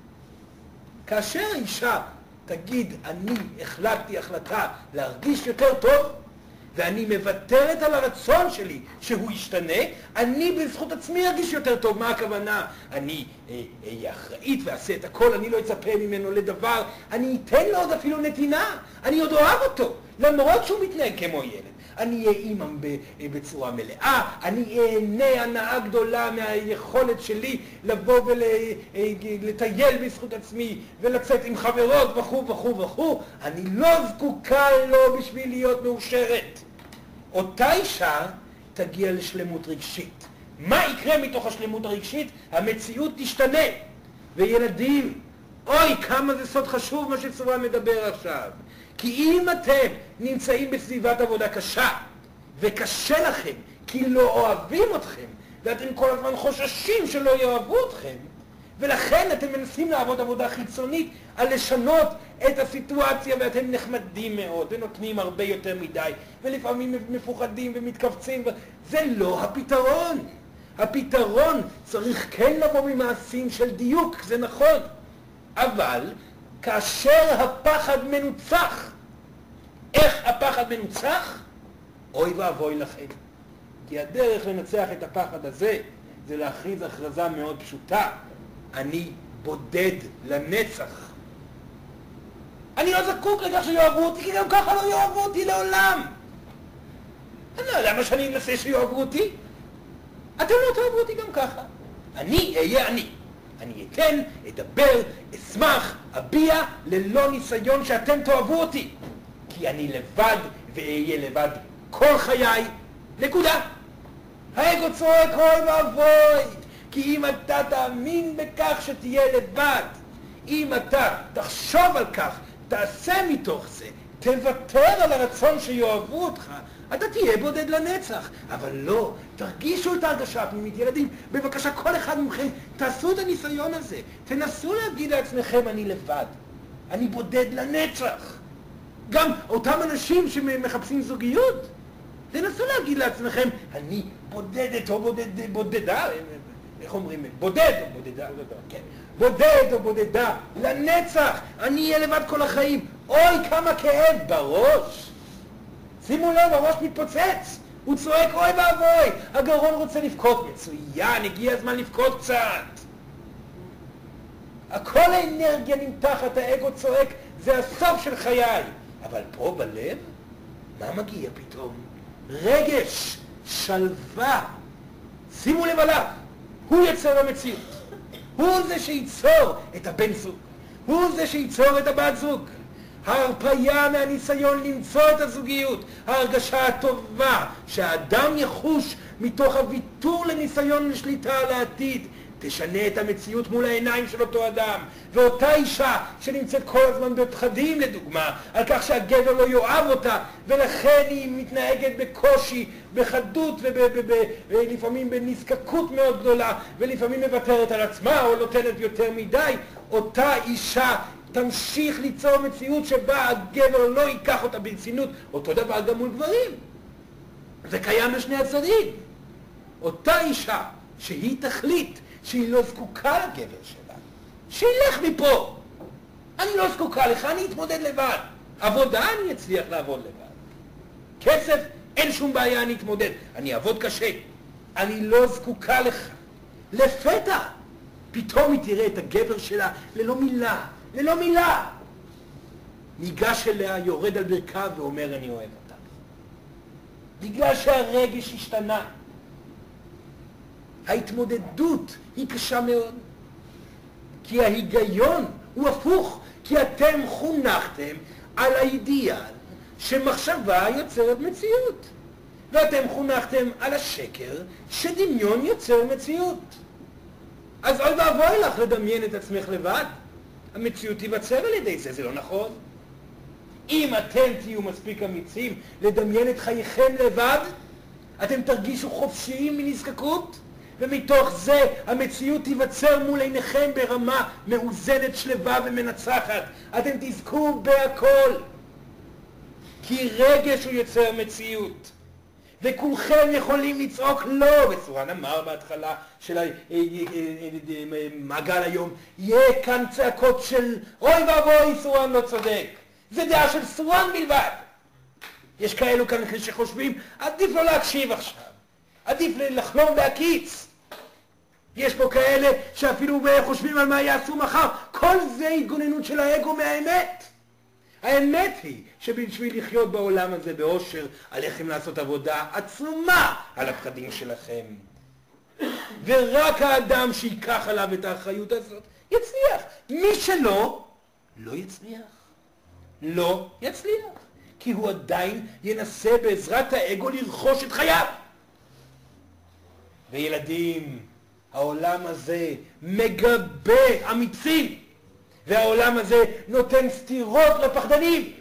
S1: כאשר האישה תגיד, אני החלטתי החלטה להרגיש יותר טוב, ואני מוותרת על הרצון שלי שהוא ישתנה, אני בזכות עצמי ארגיש יותר טוב. מה הכוונה? אני אהיה אחראית ועשה את הכל, אני לא אצפה ממנו לדבר, אני אתן לו עוד אפילו נתינה, אני עוד אוהב אותו, למרות שהוא מתנהג כמו ילד. אני אהיה אימא בצורה מלאה, אני אהנה הנאה גדולה מהיכולת שלי לבוא ולטייל בזכות עצמי ולצאת עם חברות וכו' וכו' וכו'. אני לא זקוקה לו בשביל להיות מאושרת. אותה אישה תגיע לשלמות רגשית. מה יקרה מתוך השלמות הרגשית? המציאות תשתנה. וילדים, אוי כמה זה סוד חשוב מה שצורה מדבר עכשיו. כי אם אתם נמצאים בסביבת עבודה קשה, וקשה לכם, כי לא אוהבים אתכם, ואתם כל הזמן חוששים שלא יאהבו אתכם, ולכן אתם מנסים לעבוד עבודה חיצונית על לשנות את הסיטואציה, ואתם נחמדים מאוד, ונותנים הרבה יותר מדי, ולפעמים מפוחדים ומתכווצים, זה לא הפתרון. הפתרון צריך כן לבוא ממעשים של דיוק, זה נכון, אבל כאשר הפחד מנוצח, איך הפחד מנוצח? אוי ואבוי לכם. כי הדרך לנצח את הפחד הזה זה להכריז הכרזה מאוד פשוטה. אני בודד לנצח. אני לא זקוק לכך שיאהבו אותי, כי גם ככה לא יאהבו אותי לעולם. אני לא יודע מה שאני אנסה שיאהבו אותי. אתם לא תאהבו אותי גם ככה. אני אהיה אני. אני אתן, אדבר, אשמח, אביע, ללא ניסיון שאתם תאהבו אותי. כי אני לבד ואהיה לבד כל חיי. נקודה. האגו צועק אוי ואבוי. כי אם אתה תאמין בכך שתהיה לבד, אם אתה תחשוב על כך, תעשה מתוך זה, תוותר על הרצון שיאהבו אותך, אתה תהיה בודד לנצח. אבל לא, תרגישו את ההרגשה הפנימית. ילדים, בבקשה כל אחד מכם, תעשו את הניסיון הזה. תנסו להגיד לעצמכם, אני לבד. אני בודד לנצח. גם אותם אנשים שמחפשים זוגיות. תנסו להגיד לעצמכם, אני בודדת או בודדה, איך אומרים? בודד או בודדה. כן. בודד או בודדה, לנצח, אני אהיה לבד כל החיים. אוי, כמה כאב בראש. שימו לב, הראש מתפוצץ. הוא צועק, אוי ואבוי, הגרון רוצה לבכות. מצוין, הגיע הזמן לבכות קצת. הכל האנרגיה נמתחת, האגו צועק, זה הסוף של חיי. אבל פה בלב, מה מגיע פתאום? רגש, שלווה. שימו לב עליו, הוא יצר המציאות. הוא זה שייצור את הבן זוג. הוא זה שייצור את הבת זוג. ההרפאיה מהניסיון למצוא את הזוגיות, ההרגשה הטובה שהאדם יחוש מתוך הוויתור לניסיון לשליטה על העתיד, תשנה את המציאות מול העיניים של אותו אדם. ואותה אישה שנמצאת כל הזמן בפחדים לדוגמה, על כך שהגבר לא יאהב אותה, ולכן היא מתנהגת בקושי, בחדות ולפעמים בנזקקות מאוד גדולה, ולפעמים מוותרת על עצמה או נותנת יותר מדי, אותה אישה תמשיך ליצור מציאות שבה הגבר לא ייקח אותה ברצינות. אותו דבר גם מול גברים. זה קיים בשני הצדדים. אותה אישה שהיא תחליט שהיא לא זקוקה לגבר שלה, שילך מפה. אני לא זקוקה לך, אני אתמודד לבד. עבודה אני אצליח לעבוד לבד. כסף, אין שום בעיה, אני אתמודד. אני אעבוד קשה. אני לא זקוקה לך. לפתע, פתאום היא תראה את הגבר שלה ללא מילה. ללא מילה. ניגש אליה, יורד על ברכיו ואומר אני אוהב אותה. בגלל שהרגש השתנה. ההתמודדות היא קשה מאוד. כי ההיגיון הוא הפוך. כי אתם חונכתם על האידיאל שמחשבה יוצרת מציאות. ואתם חונכתם על השקר שדמיון יוצר מציאות. אז אוי ואבוי לך לדמיין את עצמך לבד. המציאות תיווצר על ידי זה, זה לא נכון. אם אתם תהיו מספיק אמיצים לדמיין את חייכם לבד, אתם תרגישו חופשיים מנזקקות, ומתוך זה המציאות תיווצר מול עיניכם ברמה מאוזנת, שלווה ומנצחת. אתם תזכו בהכל. כי רגש הוא יוצר מציאות. וכולכם יכולים לצעוק לא, וסורן אמר בהתחלה של המעגל היום, יהיה כאן צעקות של אוי ואבוי, סורן לא צודק. זה דעה של סורן בלבד. יש כאלו כאן שחושבים, עדיף לא להקשיב עכשיו. עדיף לחלום בהקיץ. יש פה כאלה שאפילו חושבים על מה יעשו מחר. כל זה התגוננות של האגו מהאמת. האמת היא שבשביל לחיות בעולם הזה באושר, עליכם לעשות עבודה עצומה על הפחדים שלכם. ורק האדם שיקח עליו את האחריות הזאת יצליח. מי שלא, לא יצליח. לא יצליח. כי הוא עדיין ינסה בעזרת האגו לרכוש את חייו. וילדים, העולם הזה מגבה אמיצים. והעולם הזה נותן סתירות לפחדנים.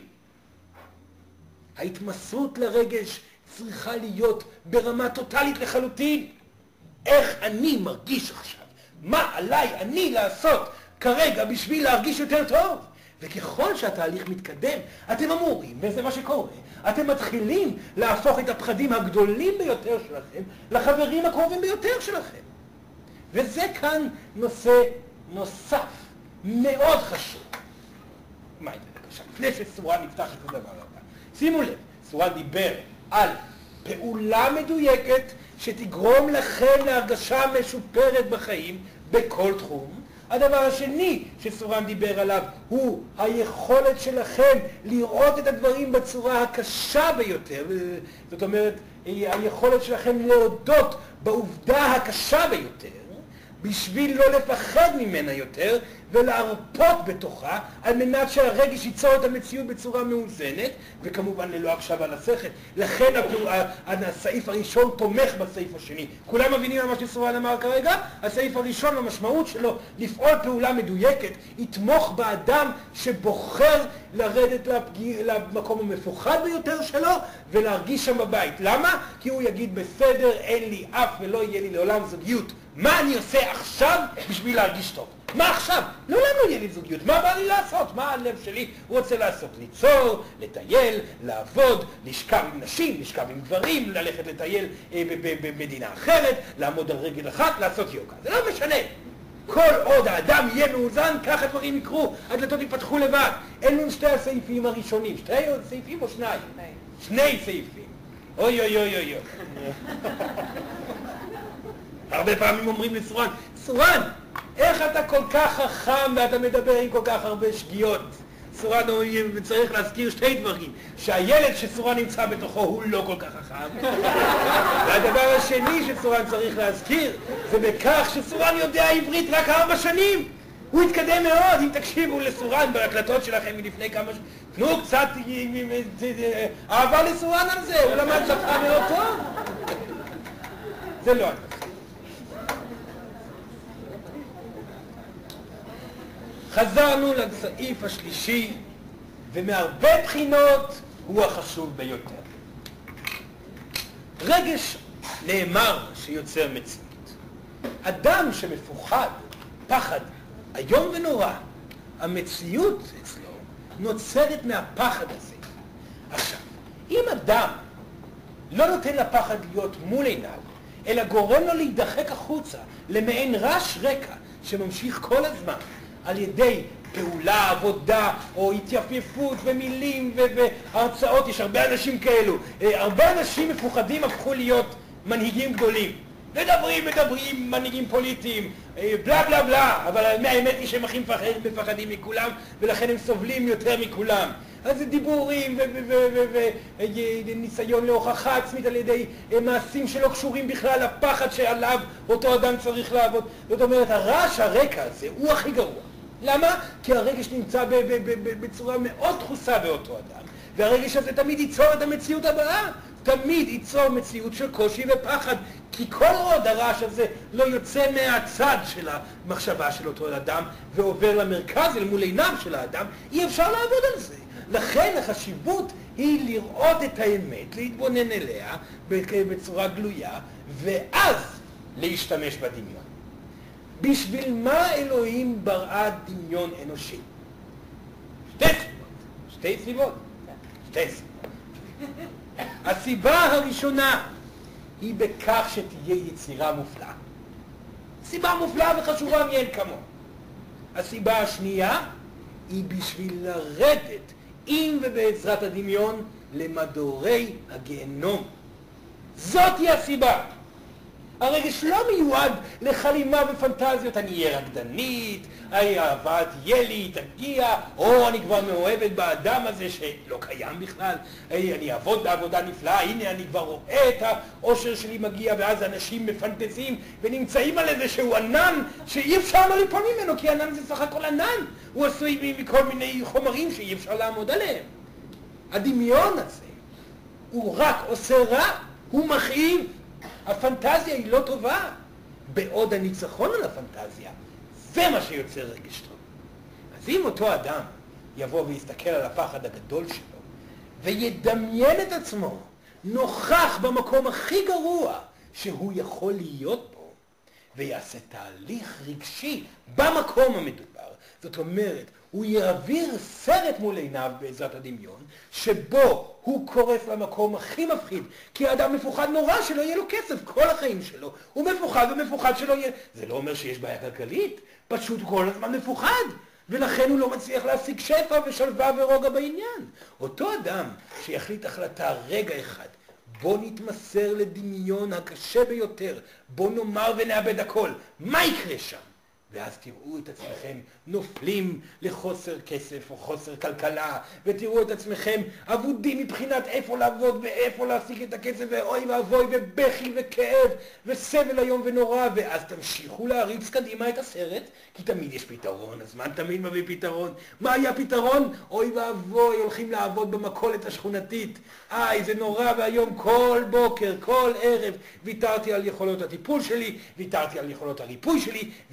S1: ההתמסרות לרגש צריכה להיות ברמה טוטלית לחלוטין. איך אני מרגיש עכשיו? מה עליי אני לעשות כרגע בשביל להרגיש יותר טוב? וככל שהתהליך מתקדם, אתם אמורים, וזה מה שקורה, אתם מתחילים להפוך את הפחדים הגדולים ביותר שלכם לחברים הקרובים ביותר שלכם. וזה כאן נושא נוסף. מאוד חשוב. מה זה בבקשה? לפני שסורן נפתח את הדבר הבא. שימו לב, סורן דיבר על פעולה מדויקת שתגרום לכם להרגשה משופרת בחיים בכל תחום. הדבר השני שסורן דיבר עליו הוא היכולת שלכם לראות את הדברים בצורה הקשה ביותר. זאת אומרת, היכולת שלכם להודות בעובדה הקשה ביותר. בשביל לא לפחד ממנה יותר ולהרפות בתוכה על מנת שהרגש ייצור את המציאות בצורה מאוזנת וכמובן ללא הקשבה לשכל. לכן הסעיף הראשון תומך בסעיף השני. כולם מבינים על מה שסורן אמר כרגע? הסעיף הראשון המשמעות שלו לפעול פעולה מדויקת יתמוך באדם שבוחר לרדת למקום המפוחד ביותר שלו ולהרגיש שם בבית. למה? כי הוא יגיד בסדר, אין לי אף ולא יהיה לי לעולם זוגיות. מה אני עושה עכשיו בשביל להרגיש טוב? מה עכשיו? לעולם לא יהיה לי זוגיות. מה בא לי לעשות? מה הלב שלי רוצה לעשות? ליצור, לטייל, לעבוד, לשכב עם נשים, לשכב עם גברים, ללכת לטייל במדינה אחרת, לעמוד על רגל אחת, לעשות יוגה. זה לא משנה. כל עוד האדם יהיה מאוזן, ככה דברים יקרו, הדלתות ייפתחו לבד. אלו שתי הסעיפים הראשונים. שתי סעיפים או שניים? שני סעיפים. אוי אוי אוי אוי אוי. הרבה פעמים אומרים לסורן, סורן, איך אתה כל כך חכם ואתה מדבר עם כל כך הרבה שגיאות? סורן צריך להזכיר שתי דברים, שהילד שסורן נמצא בתוכו הוא לא כל כך חכם. והדבר השני שסורן צריך להזכיר, זה בכך שסורן יודע עברית רק 4 שנים. הוא התקדם מאוד. אם תקשיבו לסורן בהקלטות שלכם מלפני כמה שנים, תנו קצת אהבה לסורן על זה, הוא למד שפה מאוד טוב. זה לא אני. חזרנו לסעיף השלישי, ומהרבה בחינות הוא החשוב ביותר. רגש נאמר שיוצר מציאות. אדם שמפוחד, פחד, איום ונורא, המציאות אצלו נוצרת מהפחד הזה. עכשיו, אם אדם לא נותן לפחד להיות מול עיניו, אלא גורם לו להידחק החוצה למעין רעש רקע שממשיך כל הזמן, על ידי פעולה, עבודה, או התייפייפות ומילים והרצאות, יש הרבה אנשים כאלו. הרבה אנשים מפוחדים הפכו להיות מנהיגים גדולים. מדברים, מנהיגים פוליטיים, בלה בלה בלה, אבל האמת היא שהם הכי מפחדים מכולם, ולכן הם סובלים יותר מכולם. אז זה דיבורים וניסיון להוכחה עצמית על ידי מעשים שלא קשורים בכלל לפחד שעליו אותו אדם צריך לעבוד. זאת אומרת, הרעש הרקע הזה הוא הכי גרוע. למה? כי הרגש נמצא בצורה מאוד דחוסה באותו אדם, והרגש הזה תמיד ייצור את המציאות הבאה, תמיד ייצור מציאות של קושי ופחד, כי כל עוד הרעש הזה לא יוצא מהצד של המחשבה של אותו אדם ועובר למרכז אל מול עיניו של האדם, אי אפשר לעבוד על זה. לכן החשיבות היא לראות את האמת, להתבונן אליה בצורה גלויה, ואז להשתמש בדמיון. בשביל מה אלוהים ברא דמיון אנושי? שתי סיבות. הסיבה הראשונה היא בכך שתהיה יצירה מופלאה. סיבה מופלאה וחשובה מאין כמוה. הסיבה השנייה היא בשביל לרדת עם ובעזרת הדמיון למדורי הגיהנום. זאת היא הסיבה. הרגש לא מיועד לחלימה ופנטזיות, אני אהיה רקדנית, אהבה תהיה לי, תגיע, או אני כבר מאוהבת באדם הזה שלא קיים בכלל, אני אעבוד בעבודה נפלאה, הנה אני כבר רואה את האושר שלי מגיע, ואז אנשים מפנטזים ונמצאים על איזה שהוא ענן שאי אפשר לא ליפול ממנו, כי ענן זה סך הכל ענן, הוא עשוי מכל מיני חומרים שאי אפשר לעמוד עליהם. הדמיון הזה הוא רק עושה רע, הוא מכאיב. הפנטזיה היא לא טובה, בעוד הניצחון על הפנטזיה, זה מה שיוצר רגש טוב. אז אם אותו אדם יבוא ויסתכל על הפחד הגדול שלו, וידמיין את עצמו, נוכח במקום הכי גרוע שהוא יכול להיות בו, ויעשה תהליך רגשי במקום המדובר, זאת אומרת, הוא יעביר סרט מול עיניו בעזרת הדמיון, שבו הוא קורף למקום הכי מפחיד, כי האדם מפוחד נורא שלא יהיה לו כסף כל החיים שלו. הוא מפוחד ומפוחד שלא יהיה... זה לא אומר שיש בעיה כלכלית, פשוט כל הזמן מפוחד, ולכן הוא לא מצליח להשיג שפע ושלווה ורוגע בעניין. אותו אדם שיחליט החלטה רגע אחד, בוא נתמסר לדמיון הקשה ביותר, בוא נאמר ונאבד הכל, מה יקרה שם? ואז תראו את עצמכם נופלים לחוסר כסף או חוסר כלכלה, ותראו את עצמכם עבודים מבחינת איפה לעבוד ואיפה להשיג את הכסף, ואוי ואבוי ובכי וכאב וסבל היום ונורא, ואז תמשיכו להריץ קדימה את הסרט, כי תמיד יש פתרון, הזמן תמיד מביא פתרון. מה היה פתרון? אוי ואבוי, הולכים לעבוד במכולת השכונתית, זה נורא, והיום כל בוקר, כל ערב, ויתרתי על יכולות הטיפול שלי, ויתרתי על יכולות הריפוי שלי, ויתרתי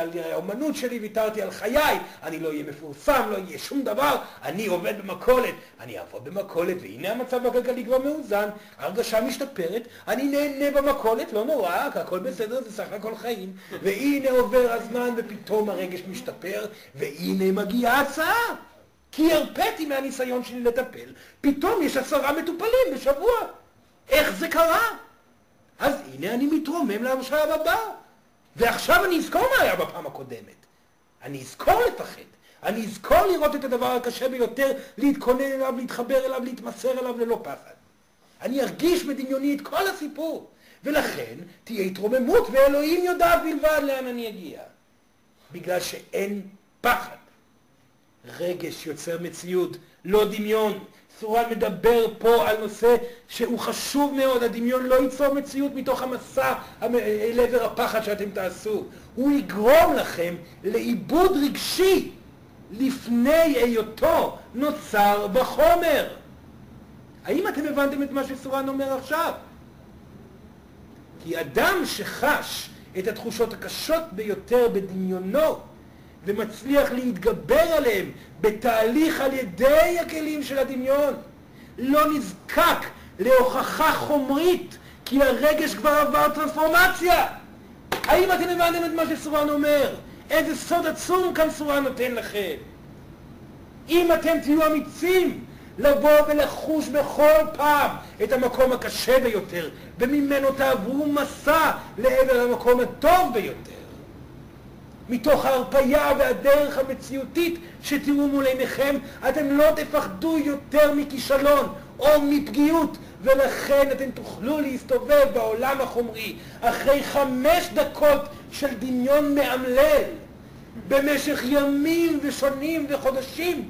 S1: על האומנות שלי, ויתרתי על חיי, אני לא אהיה מפורסם, לא יהיה שום דבר, אני עובד במכולת, אני אעבוד במכולת, והנה המצב הכלכלי כבר מאוזן, הרגשה משתפרת, אני נהנה במכולת, לא נורא, הכל בסדר, זה סך הכל חיים, והנה עובר הזמן ופתאום הרגש משתפר, והנה מגיעה הצעה, כי הרפאתי מהניסיון שלי לטפל, פתאום יש 10 מטופלים בשבוע, איך זה קרה? אז הנה אני מתרומם לשלב הבא. ועכשיו אני אזכור מה היה בפעם הקודמת. אני אזכור לפחד. אני אזכור לראות את הדבר הקשה ביותר, להתכונן אליו, להתחבר אליו, להתמסר אליו ללא פחד. אני ארגיש בדמיוני את כל הסיפור. ולכן תהיה התרוממות, ואלוהים יודעת בלבד לאן אני אגיע. בגלל שאין פחד. רגש יוצר מציאות, לא דמיון. סורן מדבר פה על נושא שהוא חשוב מאוד, הדמיון לא ייצור מציאות מתוך המסע אל עבר הפחד שאתם תעשו. הוא יגרום לכם לאיבוד רגשי לפני היותו נוצר בחומר. האם אתם הבנתם את מה שסורן אומר עכשיו? כי אדם שחש את התחושות הקשות ביותר בדמיונו, ומצליח להתגבר עליהם בתהליך על ידי הכלים של הדמיון. לא נזקק להוכחה חומרית, כי הרגש כבר עבר טרנספורמציה. האם אתם הבנתם את מה שסורן אומר? איזה סוד עצום כאן סורן נותן לכם. אם אתם תהיו אמיצים לבוא ולחוש בכל פעם את המקום הקשה ביותר, וממנו תעברו מסע לעבר המקום הטוב ביותר, מתוך ההרפאיה והדרך המציאותית שתראו מול עיניכם, אתם לא תפחדו יותר מכישלון או מפגיעות, ולכן אתם תוכלו להסתובב בעולם החומרי אחרי 5 דקות של דמיון מאמלל במשך ימים ושונים וחודשים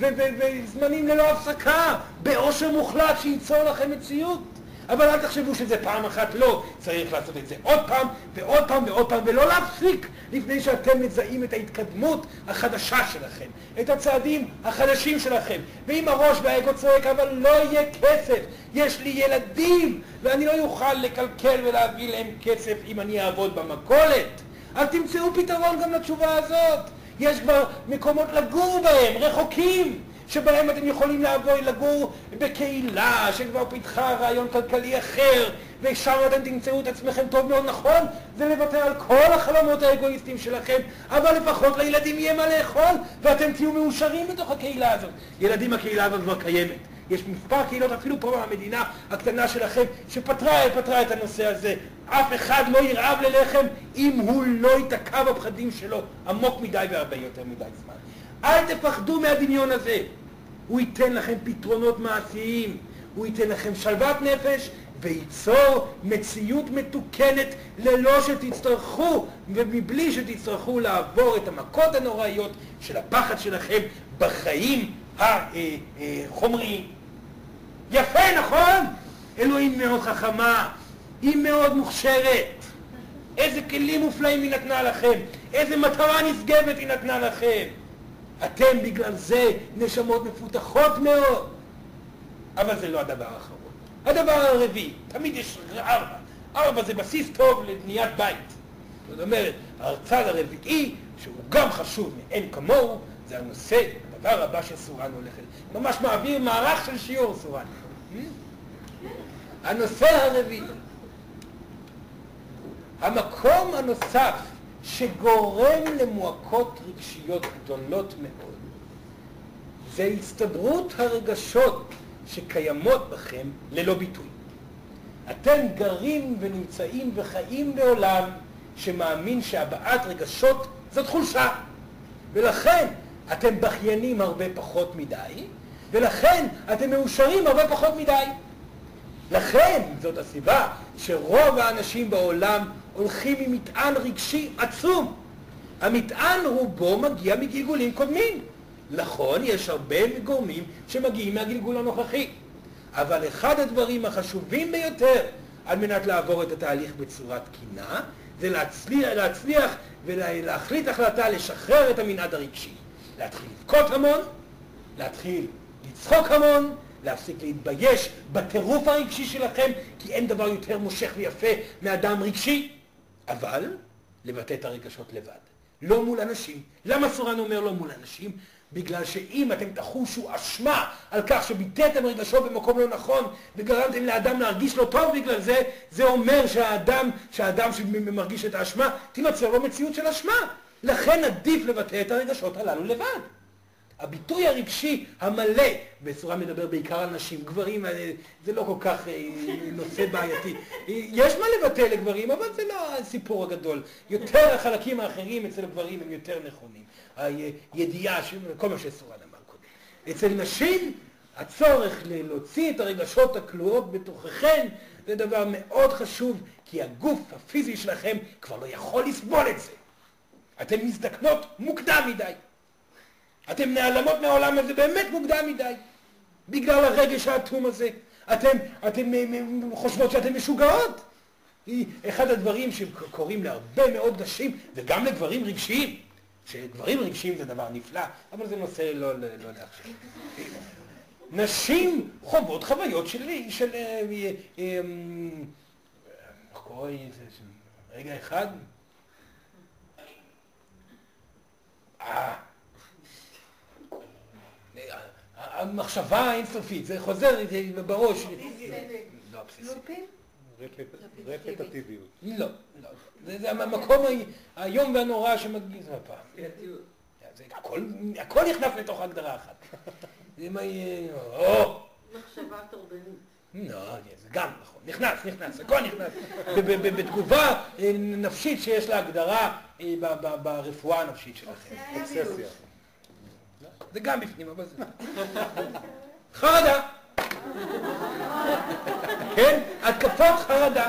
S1: וזמנים ללא הפסקה, באושר מוחלט שייצור לכם מציאות. אבל אל תחשבו שזה פעם אחת, לא. צריך לעשות את זה עוד פעם ועוד פעם ועוד פעם, ולא להפסיק לפני שאתם מזהים את ההתקדמות החדשה שלכם, את הצעדים החדשים שלכם. ואם הראש והאגו צועק, אבל לא יהיה כסף, יש לי ילדים, ואני לא יוכל לקלקל ולהביא להם כסף אם אני אעבוד במכולת. אז תמצאו פתרון גם לתשובה הזאת. יש כבר מקומות לגור בהם, רחוקים, שבהם אתם יכולים לגור בקהילה שכבר פיתחה רעיון כלכלי אחר, ושם אתם תמצאו את עצמכם טוב מאוד. נכון, זה לוותר על כל החלומות האגואיסטיים שלכם, אבל לפחות לילדים יהיה מה לאכול, ואתם תהיו מאושרים בתוך הקהילה הזאת. ילדים, הקהילה הזאת כבר קיימת. יש מספר קהילות, אפילו פה במדינה הקטנה שלכם, שפתרה את הנושא הזה. אף אחד לא ירעב ללחם אם הוא לא ייתקע בפחדים שלו עמוק מדי והרבה יותר מדי זמן. אל תפחדו מהדמיון הזה. הוא ייתן לכם פתרונות מעשיים, הוא ייתן לכם שלוות נפש, וייצור מציאות מתוקנת ללא שתצטרכו ומבלי שתצטרכו לעבור את המכות הנוראיות של הפחד שלכם בחיים החומריים. יפה, נכון? אלוהים מאוד חכמה, היא מאוד מוכשרת. איזה כלים מופלאים היא נתנה לכם, איזה מטרה נשגבת היא נתנה לכם. אתם בגלל זה נשמות מפותחות מאוד. אבל זה לא הדבר האחרון. הדבר הרביעי, תמיד יש 4. 4 זה בסיס טוב לבניית בית. זאת אומרת, הצד הרביעי, שהוא גם חשוב מאין כמוהו, זה הנושא, הדבר הבא שסורן הולכת. ממש מעביר מערך של שיעור סורן. הנושא הרביעי. המקום הנוסף שגורם למועקות רגשיות גדולות מאוד, זה הסתדרות הרגשות שקיימות בכם ללא ביטוי. אתם גרים ונמצאים וחיים בעולם שמאמין שהבעת רגשות זאת חולשה, ולכן אתם בכיינים הרבה פחות מדי, ולכן אתם מאושרים הרבה פחות מדי. לכן זאת הסיבה שרוב האנשים בעולם הולכים עם מטען רגשי עצום. המטען רובו מגיע מגלגולים קודמים. נכון, יש הרבה גורמים שמגיעים מהגלגול הנוכחי. אבל אחד הדברים החשובים ביותר על מנת לעבור את התהליך בצורה תקינה, זה להצליח ולהחליט החלטה לשחרר את המנעד הרגשי. להתחיל לבכות המון, להתחיל לצחוק המון, להפסיק להתבייש בטירוף הרגשי שלכם, כי אין דבר יותר מושך ויפה מאדם רגשי, אבל לבטא את הרגשות לבד. לא מול אנשים. למה סורן אומר לא מול אנשים? בגלל שאם אתם תחושו אשמה על כך שביטאתם רגשות במקום לא נכון וגרמתם לאדם להרגיש לא טוב בגלל זה, זה אומר שהאדם שמרגיש את האשמה תימצא לו מציאות של אשמה. לכן עדיף לבטא את הרגשות הללו לבד. הביטוי הרגשי המלא, בסורן מדבר בעיקר על נשים, גברים זה לא כל כך נושא בעייתי. יש מה לבטא לגברים, אבל זה לא הסיפור הגדול. יותר החלקים האחרים אצל הגברים הם יותר נכונים. הידיעה של כל מה שסורן אמר קודם. אצל נשים הצורך להוציא את הרגשות הכלואות בתוככן זה דבר מאוד חשוב, כי הגוף הפיזי שלכם כבר לא יכול לסבול את זה. אתן מזדקנות מוקדם מדי. אתן נעלמות מהעולם הזה באמת מוקדם מדי. בגלל הרגש האטום הזה. אתן חושבות שאתן משוגעות. אחד הדברים שקוראים להרבה מאוד נשים וגם לגברים רגשיים. שגברים רגשיים זה דבר נפלא, אבל זה נושא לא לעכשיו. נשים חוות חוויות של רגע אחד. המחשבה האינסופית, זה חוזר בראש. לא,
S3: לופים?
S2: רפטטיביות.
S1: לא. זה המקום היום והנורא שמגיז הפעם. הכל נכנס לתוך הגדרה אחת. זה מה יהיה...
S3: מחשבה תורבנית.
S1: לא, זה גם נכון. נכנס, הכל נכנס. בתגובה נפשית שיש לה הגדרה ברפואה הנפשית שלכם.
S2: אובססיה.
S1: זה גם בפנים, אבל זה... חרדה. כן? התקפות חרדה.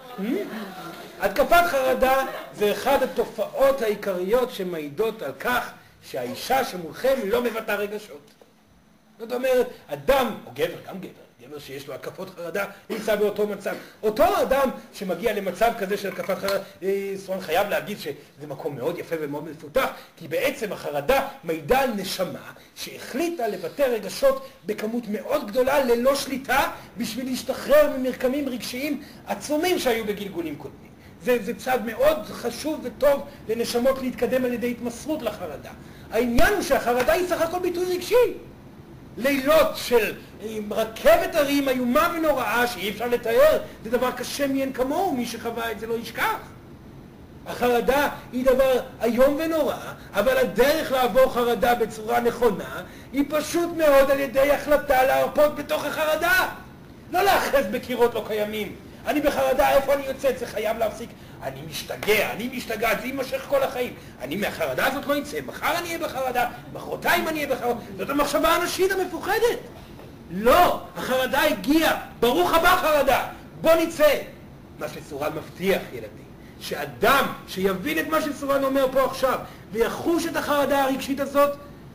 S1: התקפת חרדה זה אחד התופעות העיקריות שמעידות על כך שהאישה שמולכם לא מבטא רגשות. זאת אומרת, אדם, או גבר, גם גבר שיש לו התקפות חרדה, נמצא באותו מצב. אותו אדם שמגיע למצב כזה של התקפת חרדה, סורן חייב להגיד שזה מקום מאוד יפה ומאוד מפותח, כי בעצם החרדה מעידה על נשמה שהחליטה לבטא רגשות בכמות מאוד גדולה ללא שליטה, בשביל להשתחרר ממרקמים רגשיים עצומים שהיו בגלגולים קודמים. זה צעד מאוד חשוב וטוב לנשמות להתקדם על ידי התמסרות לחרדה. העניין הוא שהחרדה היא סך הכל ביטוי רגשי. לילות של רכבת הרים איומה ונוראה שאי אפשר לתאר, זה דבר קשה מאין כמוהו, מי שחווה את זה לא ישכח. החרדה היא דבר איום ונורא, אבל הדרך לעבור חרדה בצורה נכונה היא פשוט מאוד על ידי החלטה להרפות בתוך החרדה. לא להאחז בקירות לא קיימים. אני בחרדה, איפה אני יוצא? זה חייב להפסיק. אני משתגע, זה יימשך כל החיים. אני מהחרדה הזאת לא יצא, מחר אני אהיה בחרדה, מחרתיים אני אהיה בחרדה. זאת המחשבה האנושית המפוחדת. לא, החרדה הגיעה, ברוך הבא חרדה, בוא נצא. מה שסורן מבטיח, ילדים, שאדם שיבין את מה שסורן אומר פה עכשיו, ויחוש את החרדה הרגשית הזאת,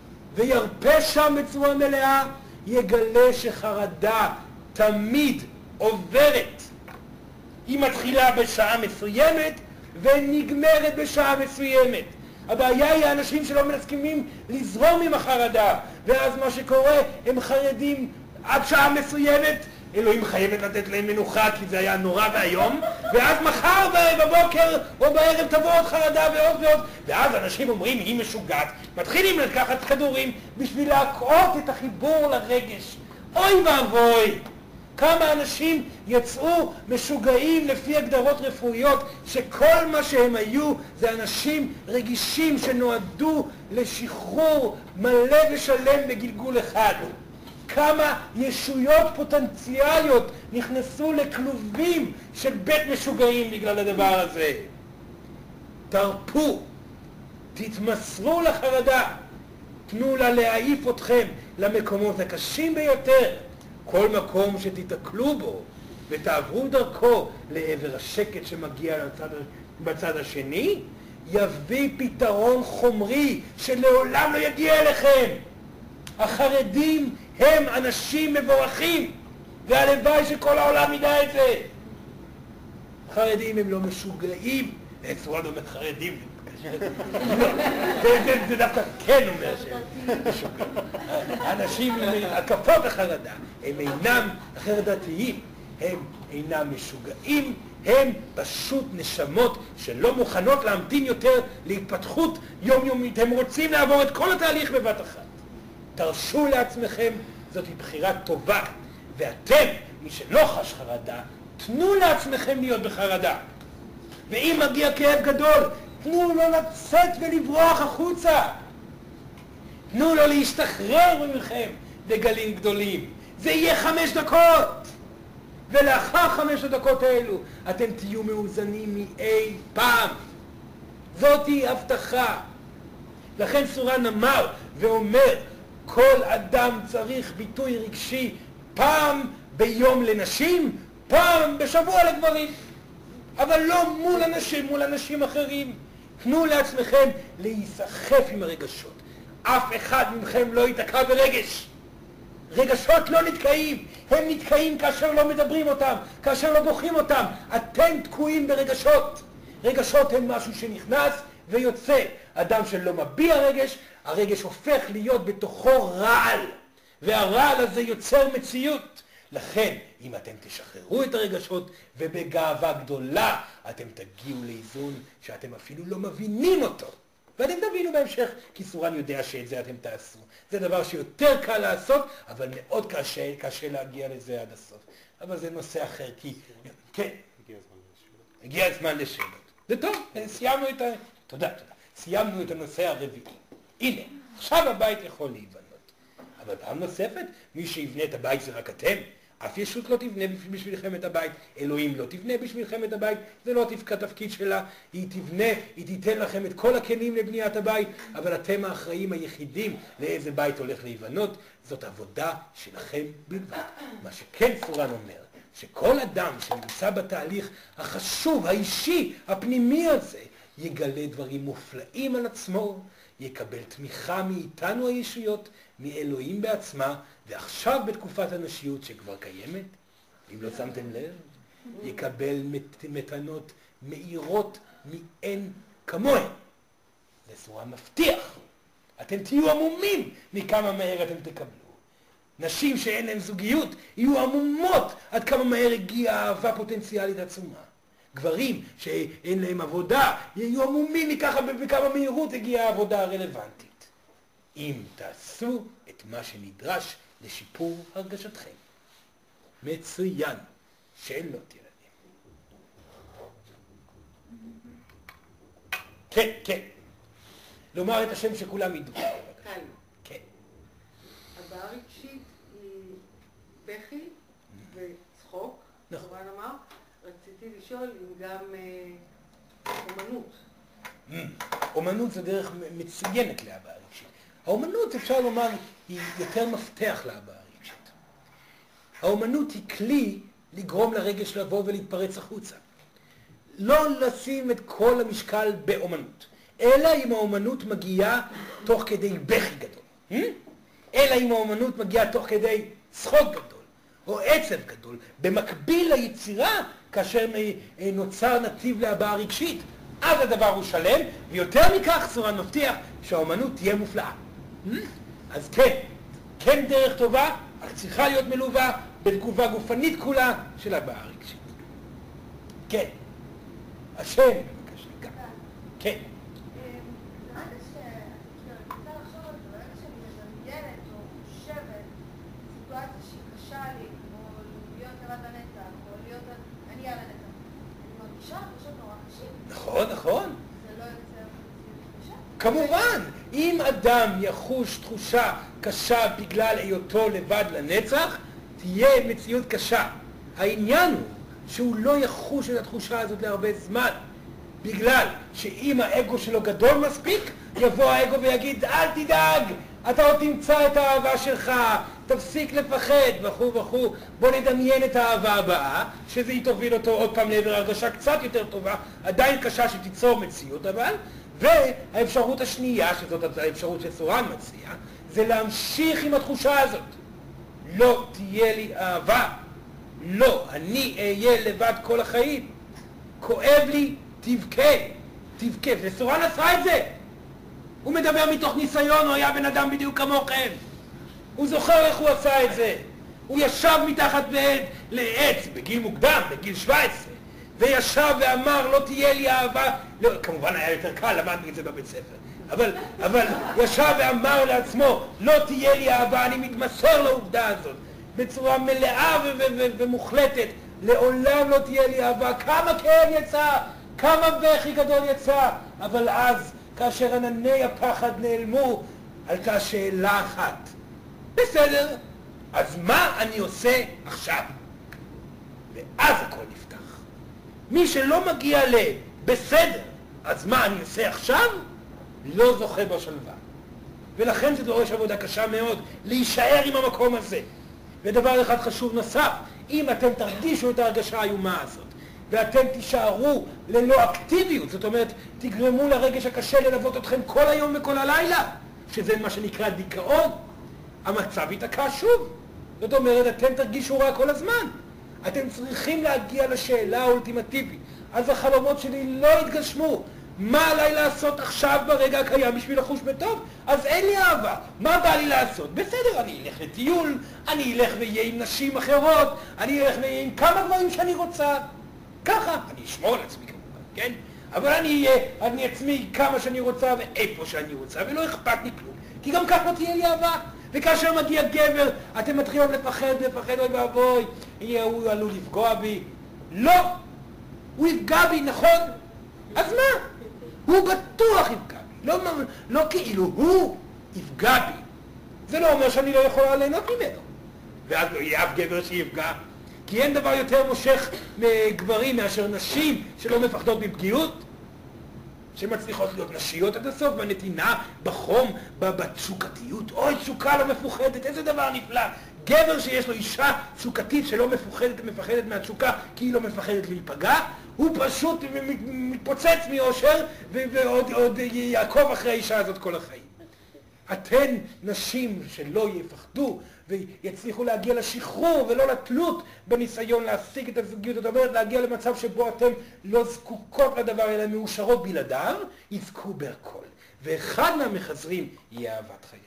S1: וירפא שם בצורה מלאה, יגלה שחרדה תמיד עוברת. היא מתחילה בשעה מסוימת ונגמרת בשעה מסוימת. הבעיה היא האנשים שלא מסכימים לזרום עם החרדה, ואז מה שקורה, הם חרדים עד שעה מסוימת, אלוהים חייבת לתת להם מנוחה כי זה היה נורא והיום, ואז מחר בבוקר או בערב תבוא עוד חרדה ועוד ועוד, ואז אנשים אומרים היא משוגעת, מתחילים לקחת כדורים בשביל להקעות את החיבור לרגש. אוי ואבוי! כמה אנשים יצאו משוגעים לפי הגדרות רפואיות שכל מה שהם היו זה אנשים רגישים שנועדו לשחרור מלא ושלם בגלגול אחד. כמה ישויות פוטנציאליות נכנסו לכלובים של בית משוגעים בגלל הדבר הזה. תרפו, תתמסרו לחרדה, תנו לה להעיף אתכם למקומות הקשים ביותר. כל מקום שתתקלו בו ותעברו דרכו לעבר השקט שמגיע בצד השני, יביא פתרון חומרי שלעולם לא יגיע אליכם. החרדים הם אנשים מבורכים, והלוואי שכל העולם ידע את זה. החרדים הם לא משוגעים, סורן אומר חרדים, זה דווקא כן אומר שהם משוגעים. אנשים עם הקפות החרדה, הם אינם חרדתיים, הם אינם משוגעים, הם פשוט נשמות שלא מוכנות להמתין יותר להתפתחות יומיומית. הם רוצים לעבור את כל התהליך בבת אחת. תרשו לעצמכם, זאת בחירה טובה. ואתם, מי שלא חש חרדה, תנו לעצמכם להיות בחרדה. ואם מגיע כאב גדול, תנו לו לצאת ולברוח החוצה. תנו לו להשתחרר ממכם בגלים גדולים. זה יהיה 5 דקות. ולאחר 5 הדקות האלו, אתם תהיו מאוזנים מאי פעם. זאת היא הבטחה. לכן סורן אמר ואומר, כל אדם צריך ביטוי רגשי פעם ביום לנשים, פעם בשבוע לגברים. אבל לא מול אנשים אחרים. תנו לעצמכם להיסחף עם הרגשות. אף אחד מכם לא ייתקע ברגש. רגשות לא נתקעים, הם נתקעים כאשר לא מדברים אותם, כאשר לא בוכים אותם. אתם תקועים ברגשות. רגשות הם משהו שנכנס ויוצא. אדם שלא מביע רגש, הרגש הופך להיות בתוכו רעל. והרעל הזה יוצר מציאות. לכן, אם אתם תשחררו את הרגשות ובגאווה גדולה, אתם תגיעו לאיזון שאתם אפילו לא מבינים אותו. ואתם תבינו בהמשך, כי סורן יודע שאת זה אתם תעשו. זה דבר שיותר קל לעשות, אבל מאוד קשה להגיע לזה עד הסוף. אבל זה נושא אחר, כי... כן. הגיע הזמן לשאלות. זה טוב, סיימנו את ה... תודה. סיימנו את הנושא הרביעי. הנה, עכשיו הבית יכול להיבנות. אבל פעם נוספת, מי שיבנה את הבית זה רק אתם. אף ישות לא תבנה בשבילכם את הבית, אלוהים לא תבנה בשבילכם את הבית, זה לא התפקיד שלה, היא תבנה, היא תיתן לכם את כל הכלים לבניית הבית, אבל אתם האחראים היחידים לאיזה בית הולך להיבנות, זאת עבודה שלכם בלבד. מה שכן סורן אומר, שכל אדם שנמצא בתהליך החשוב, האישי, הפנימי הזה, יגלה דברים מופלאים על עצמו, יקבל תמיכה מאיתנו הישויות, מאלוהים בעצמה, ועכשיו בתקופת הנשיות שכבר קיימת, אם לא שמתם לב, יקבל מתנות מאירות מאין כמוהן. זה סורן מבטיח. אתם תהיו עמומים מכמה מהר אתם תקבלו. נשים שאין להן זוגיות יהיו עמומות עד כמה מהר הגיעה אהבה פוטנציאלית עצומה. גברים שאין להם עבודה יהיו עמומים מכמה מהירות הגיעה העבודה הרלוונטית. אם תעשו את מה שנדרש לשיפור הרגשתכם. מצוין. שאלות ילדים. כן, כן. לומר את השם שכולם ידעו.
S3: כן.
S1: כן.
S3: הבעה רגשית היא בכי וצחוק.
S1: נכון.
S3: סורן אמר, רציתי לשאול אם גם אומנות.
S1: אומנות זה דרך מצוינת להבעה רגשית. האומנות, אפשר לומר, היא יותר מפתח להבעה רגשית. האומנות היא כלי לגרום לרגש לבוא ולהתפרץ החוצה. לא לשים את כל המשקל באומנות, אלא אם האומנות מגיעה תוך כדי בכי גדול. אלא אם האומנות מגיעה תוך כדי צחוק גדול, או עצב גדול, במקביל ליצירה, כאשר נוצר נתיב להבעה רגשית. אז הדבר הוא שלם, ויותר מכך סורן מבטיח שהאומנות תהיה מופלאה. אז כן, כן דרך טובה, אך צריכה להיות מלווה בתגובה גופנית כולה של הבעה רגשית. כן. השם, בבקשה, גם. כן.
S4: ברגע שאני רוצה לחשוב על זה, ברגע שאני מדמיינת או חושבת סיטואציה שהיא קשה לי, כמו להיות לבד לנצח, או להיות אני על הנצח, אני מרגישה חושבת נורא קשים.
S1: נכון, נכון.
S4: זה לא יוצר מציאות קשה?
S1: כמובן, אם אדם יחוש תחושה קשה בגלל היותו לבד לנצח, תהיה מציאות קשה. העניין הוא שהוא לא יחוש את התחושה הזאת להרבה זמן, בגלל שאם האגו שלו גדול מספיק, יבוא האגו ויגיד, אל תדאג, אתה עוד תמצא את האהבה שלך, תפסיק לפחד, וכו' וכו'. בוא נדמיין את האהבה הבאה, שזה תוביל אותו עוד פעם לעבר הרגשה קצת יותר טובה, עדיין קשה שתיצור מציאות אבל, והאפשרות השנייה, שזאת האפשרות שסורן מציע, זה להמשיך עם התחושה הזאת. לא תהיה לי אהבה, לא, אני אהיה לבד כל החיים. כואב לי, תבכה, תבכה. וסורן עשה את זה. הוא מדבר מתוך ניסיון, הוא היה בן אדם בדיוק כמוכם. הוא זוכר איך הוא עשה את זה. הוא ישב מתחת לעץ בגיל מוקדם, בגיל 17, וישב ואמר לא תהיה לי אהבה, לא, כמובן היה יותר קל, למדנו את זה בבית ספר, אבל ישב ואמר לעצמו לא תהיה לי אהבה, אני מתמסר לעובדה הזאת בצורה מלאה ומוחלטת, לעולם לא תהיה לי אהבה. כמה כאב יצא, כמה בכי גדול יצא, אבל אז כאשר ענני הפחד נעלמו עלתה שאלה אחת, בסדר, אז מה אני עושה עכשיו? ואז הכל נפתח. מי שלא מגיע בסדר, אז מה אני עושה עכשיו? לא זוכה בשלווה. ולכן זה דורש עבודה קשה מאוד להישאר עם המקום הזה. ודבר אחד חשוב נוסף, אם אתם תרגישו את ההרגשה האיומה הזאת, ואתם תישארו ללא אקטיביות, זאת אומרת, תגרמו לרגש הקשה ללוות אתכם כל היום וכל הלילה, שזה מה שנקרא דיכאון, המצב ייתקע שוב. זאת אומרת, אתם תרגישו רע כל הזמן. אתם צריכים להגיע לשאלה האולטימטיבית. אז החלומות שלי לא יתגשמו. מה עליי לעשות עכשיו ברגע הקיים בשביל לחוש בטוב? אז אין לי אהבה. מה בא לי לעשות? בסדר, אני אלך לטיול, אני אלך ויהיה עם נשים אחרות, אני אלך ויהיה עם כמה דברים שאני רוצה. ככה, אני אשמור על עצמי כמובן, כן? אבל אני עצמי כמה שאני רוצה ואיפה שאני רוצה, ולא אכפת לי כלום. כי גם כך לא תהיה לי אהבה. וכאשר מגיע גבר, אתם מתחילים לפחד, אוי ואבוי, הוא עלול לפגוע בי. לא! הוא יפגע בי, נכון? אז מה? הוא בטוח יפגע בי. לא כאילו, הוא יפגע בי. זה לא אומר שאני לא יכולה ליהנות ממנו. ואז לא יהיה אף גבר שיפגע. כי אין דבר יותר מושך מגברים מאשר נשים שלא מפחדות מפגיעות, שמצליחות להיות נשיות עד הסוף, בנתינה, בחום, בתשוקתיות. אוי, תשוקה לא מפוחדת, איזה דבר נפלא. גבר שיש לו אישה תשוקתית שלא מפחדת מהתשוקה כי היא לא מפחדת להיפגע, הוא פשוט מתפוצץ מאושר ועוד יעקב אחרי האישה הזאת כל החיים. אתן נשים שלא יפחדו ויצליחו להגיע לשחרור ולא לתלות בניסיון להשיג את הזוגיות, זאת אומרת להגיע למצב שבו אתם לא זקוקות לדבר אלא מאושרות בלעדיו, יזכו בהכל. ואחד מהמחזרים יהיה אהבת חייכם.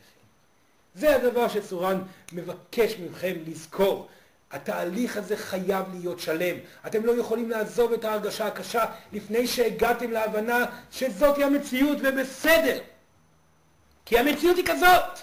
S1: זה הדבר שסורן מבקש מכם לזכור. התהליך הזה חייב להיות שלם. אתם לא יכולים לעזוב את ההרגשה הקשה לפני שהגעתם להבנה שזאת היא המציאות ובסדר. כי המציאות היא כזאת.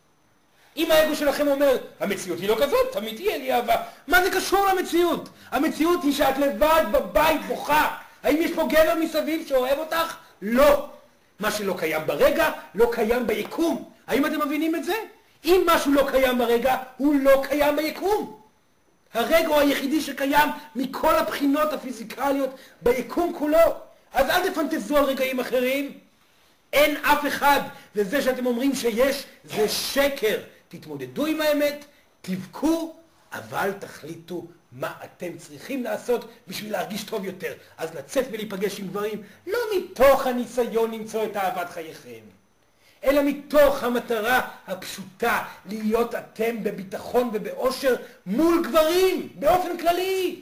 S1: אם האגו שלכם אומר, המציאות היא לא כזאת, תמיד תהיה לי אהבה. מה זה קשור למציאות? המציאות היא שאת לבד בבית בוכה. האם יש פה גבר מסביב שאוהב אותך? לא. מה שלא קיים ברגע, לא קיים ביקום. האם אתם מבינים את זה? אם משהו לא קיים ברגע, הוא לא קיים ביקום. הרגע הוא היחידי שקיים מכל הבחינות הפיזיקליות ביקום כולו. אז אל תפנטזו על רגעים אחרים. אין אף אחד, וזה שאתם אומרים שיש, זה שקר. תתמודדו עם האמת, תבכו, אבל תחליטו מה אתם צריכים לעשות בשביל להרגיש טוב יותר. אז לצאת ולהיפגש עם גברים, לא מתוך הניסיון למצוא את אהבת חייכם, אלא מתוך המטרה הפשוטה להיות אתם בביטחון ובאושר מול גברים, באופן כללי.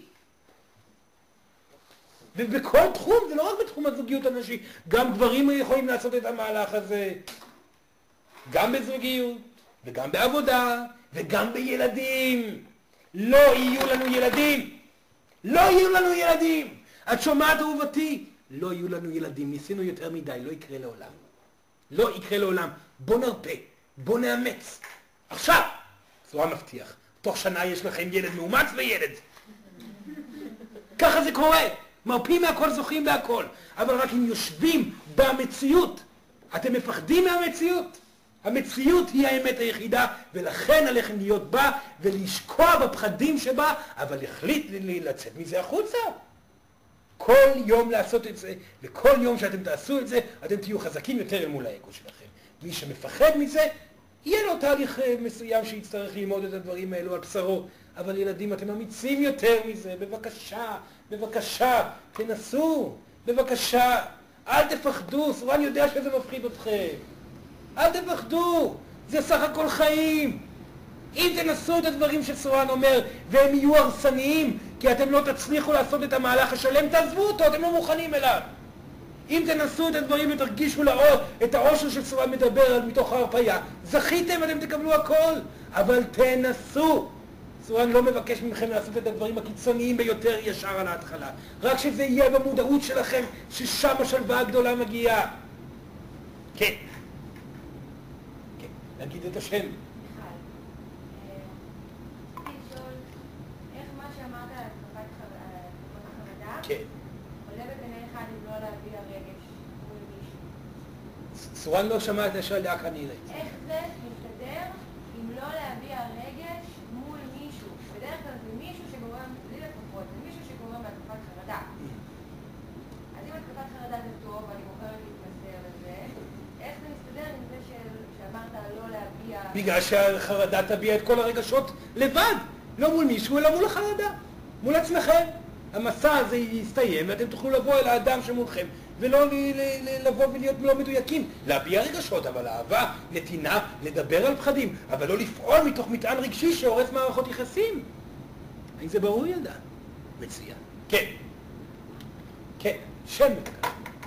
S1: ובכל תחום, זה לא רק בתחום הזוגיות הנשי, גם גברים יכולים לעשות את המהלך הזה. גם בזוגיות, וגם בעבודה, וגם בילדים. לא יהיו לנו ילדים. לא יהיו לנו ילדים. את שומעת אהובתי? לא יהיו לנו ילדים. ניסינו יותר מדי, לא יקרה לעולם. לא יקרה לעולם. בוא נרפה, בוא נאמץ. עכשיו, סורן מבטיח, תוך שנה יש לכם ילד מאומץ וילד. ככה זה קורה. מרפים מהכל, זוכים בהכל. אבל רק אם יושבים במציאות. אתם מפחדים מהמציאות? המציאות היא האמת היחידה, ולכן עליכם להיות בה ולשקוע בפחדים שבה, אבל החליט לצאת מזה החוצה. כל יום לעשות את זה, וכל יום שאתם תעשו את זה, אתם תהיו חזקים יותר אל מול האגו שלכם. מי שמפחד מזה, יהיה לו תהליך מסוים שיצטרך ללמוד את הדברים האלו על בשרו. אבל ילדים, אתם אמיצים יותר מזה, בבקשה, בבקשה, תנסו, בבקשה, אל תפחדו, סורן יודע שזה מפחיד אתכם. אל תפחדו, זה סך הכל חיים. אם תנסו את הדברים שסורן אומר, והם יהיו הרסניים, כי אתם לא תצליחו לעשות את המהלך השלם, תעזבו אותו, אתם לא מוכנים אליו. אם תנסו את הדברים ותרגישו את העושר של סורן מדבר על מתוך ההרפאיה, זכיתם, אתם תקבלו הכל, אבל תנסו. סורן לא מבקש מכם לעשות את הדברים הקיצוניים ביותר ישר על ההתחלה. רק שזה יהיה במודעות שלכם, ששם השלווה הגדולה מגיעה. כן. כן, נגיד את השם.
S4: מיכל, רציתי לשאול, איך מה שאמרת על התקפת החרדה,
S1: כן.
S4: עולה בקנה אחד אם לא להביע רגש מול מישהו?
S1: סורן לא שמע את השאלה כנראה.
S4: איך זה מסתדר אם לא להביע רגש מול מישהו? בדרך כלל זה מישהו שגורם, לי לפחות, זה מישהו שגורם להתקפת חרדה. אז אם התקפת חרדה זה טוב, אני בוחרת להתמסר לזה, איך זה מסתדר עם זה שאמרת לא להביע...
S1: בגלל שהחרדה תביע את כל הרגשות לבד, לא מול מישהו אלא מול החרדה, מול עצמכם. המסע הזה יסתיים ואתם תוכלו לבוא אל האדם שמולכם ולא לבוא ולהיות לא מדויקים, להביע רגשות, אבל אהבה, נתינה, לדבר על פחדים, אבל לא לפעול מתוך מטען רגשי שהורס מערכות יחסים. האם זה ברור ילדה? מצוין. כן. כן, שם מכאן.
S4: אני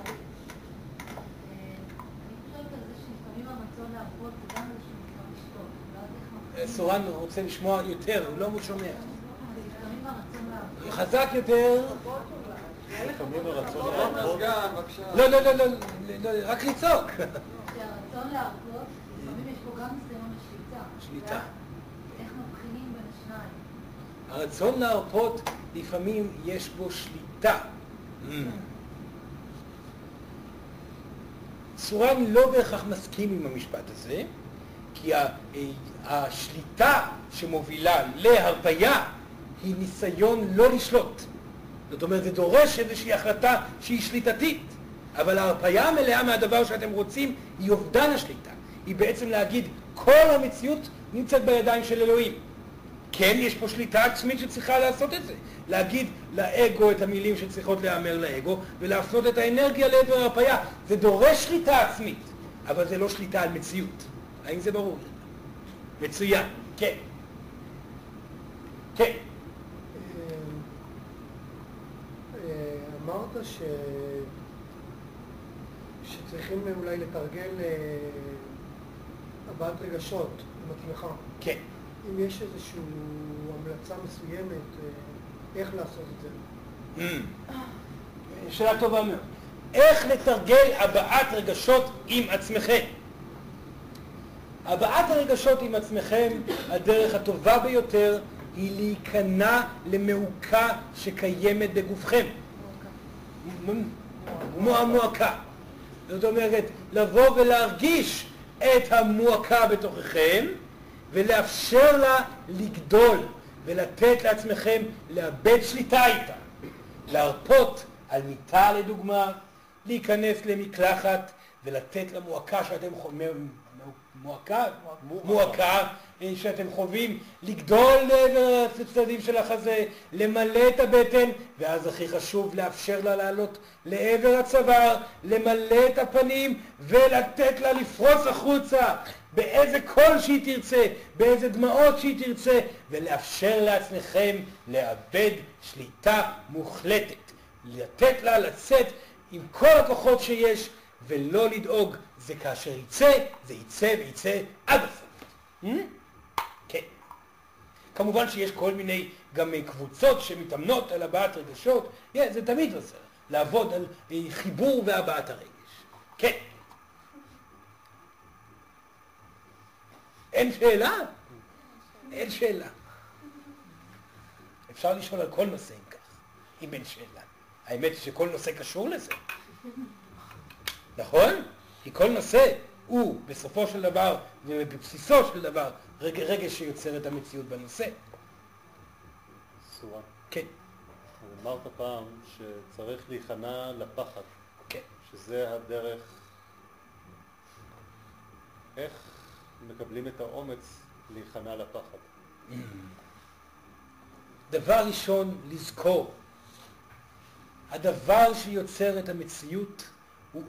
S4: חושבת על זה שלפעמים הרצון להרפות זה גם איזשהו מצב לשתות. ואז איך
S1: סורן רוצה לשמוע יותר, הוא לא שומע.
S4: לפעמים הרצון להרפות.
S1: חזק יותר.
S2: לפעמים הרצון להרפות.
S1: לא, לא, לא, לא, רק לצעוק.
S4: שהרצון להרפות, לפעמים יש פה גם ניסיון לשליטה.
S1: שליטה.
S4: איך מבחינים בין השניים?
S1: הרצון להרפות, לפעמים יש בו שליטה. סורן לא בהכרח מסכים עם המשפט הזה, כי השליטה שמובילה להרפיה היא ניסיון לא לשלוט. זאת אומרת, זה דורש איזושהי החלטה שהיא שליטתית, אבל ההרפיה המלאה מהדבר שאתם רוצים היא אובדן השליטה. היא בעצם להגיד, כל המציאות נמצאת בידיים של אלוהים. כן, יש פה שליטה עצמית שצריכה לעשות את זה. להגיד לאגו את המילים שצריכות להיאמר לאגו, ולהפנות את האנרגיה לעבר ההרפיה. זה דורש שליטה עצמית, אבל זה לא שליטה על מציאות. האם זה ברור? מצוין. כן. כן.
S5: אמרת שצריכים אולי לתרגל הבעת רגשות עם עצמך.
S1: כן.
S5: אם יש איזושהי המלצה מסוימת, איך לעשות את זה?
S1: שאלה טובה מאוד. איך לתרגל הבעת רגשות עם עצמכם? הבעת הרגשות עם עצמכם, הדרך הטובה ביותר היא להיכנע למעוקה שקיימת בגופכם. מועקה. זאת אומרת, לבוא ולהרגיש את המועקה בתוככם ולאפשר לה לגדול ולתת לעצמכם לאבד שליטה איתה. להרפות על מיטה לדוגמה, להיכנס למקלחת ולתת למועקה שאתם מועקה שאתם חווים לגדול לעבר הצדדים של החזה, למלא את הבטן, ואז הכי חשוב לאפשר לה לעלות לעבר הצוואר, למלא את הפנים ולתת לה לפרוץ החוצה באיזה קול שהיא תרצה, באיזה דמעות שהיא תרצה, ולאפשר לעצמכם לאבד שליטה מוחלטת, לתת לה לצאת עם כל הכוחות שיש ולא לדאוג. זה כאשר יצא, זה יצא ויצא עד הסוף. כן. כמובן שיש כל מיני גם קבוצות שמתאמנות על הבעת רגשות, זה תמיד עוזר, לעבוד על חיבור והבעת הרגש. כן. אין שאלה? אין שאלה. אפשר לשאול על כל נושא אם כך, אם אין שאלה. האמת היא שכל נושא קשור לזה. נכון? כי כל נושא הוא בסופו של דבר ובבסיסו של דבר רגש שיוצר את המציאות בנושא.
S2: סורן.
S1: כן.
S2: אמרת פעם שצריך להיכנע לפחד.
S1: כן.
S2: שזה הדרך. איך מקבלים את האומץ להיכנע לפחד? דבר
S1: ראשון, לזכור. הדבר שיוצר את המציאות הוא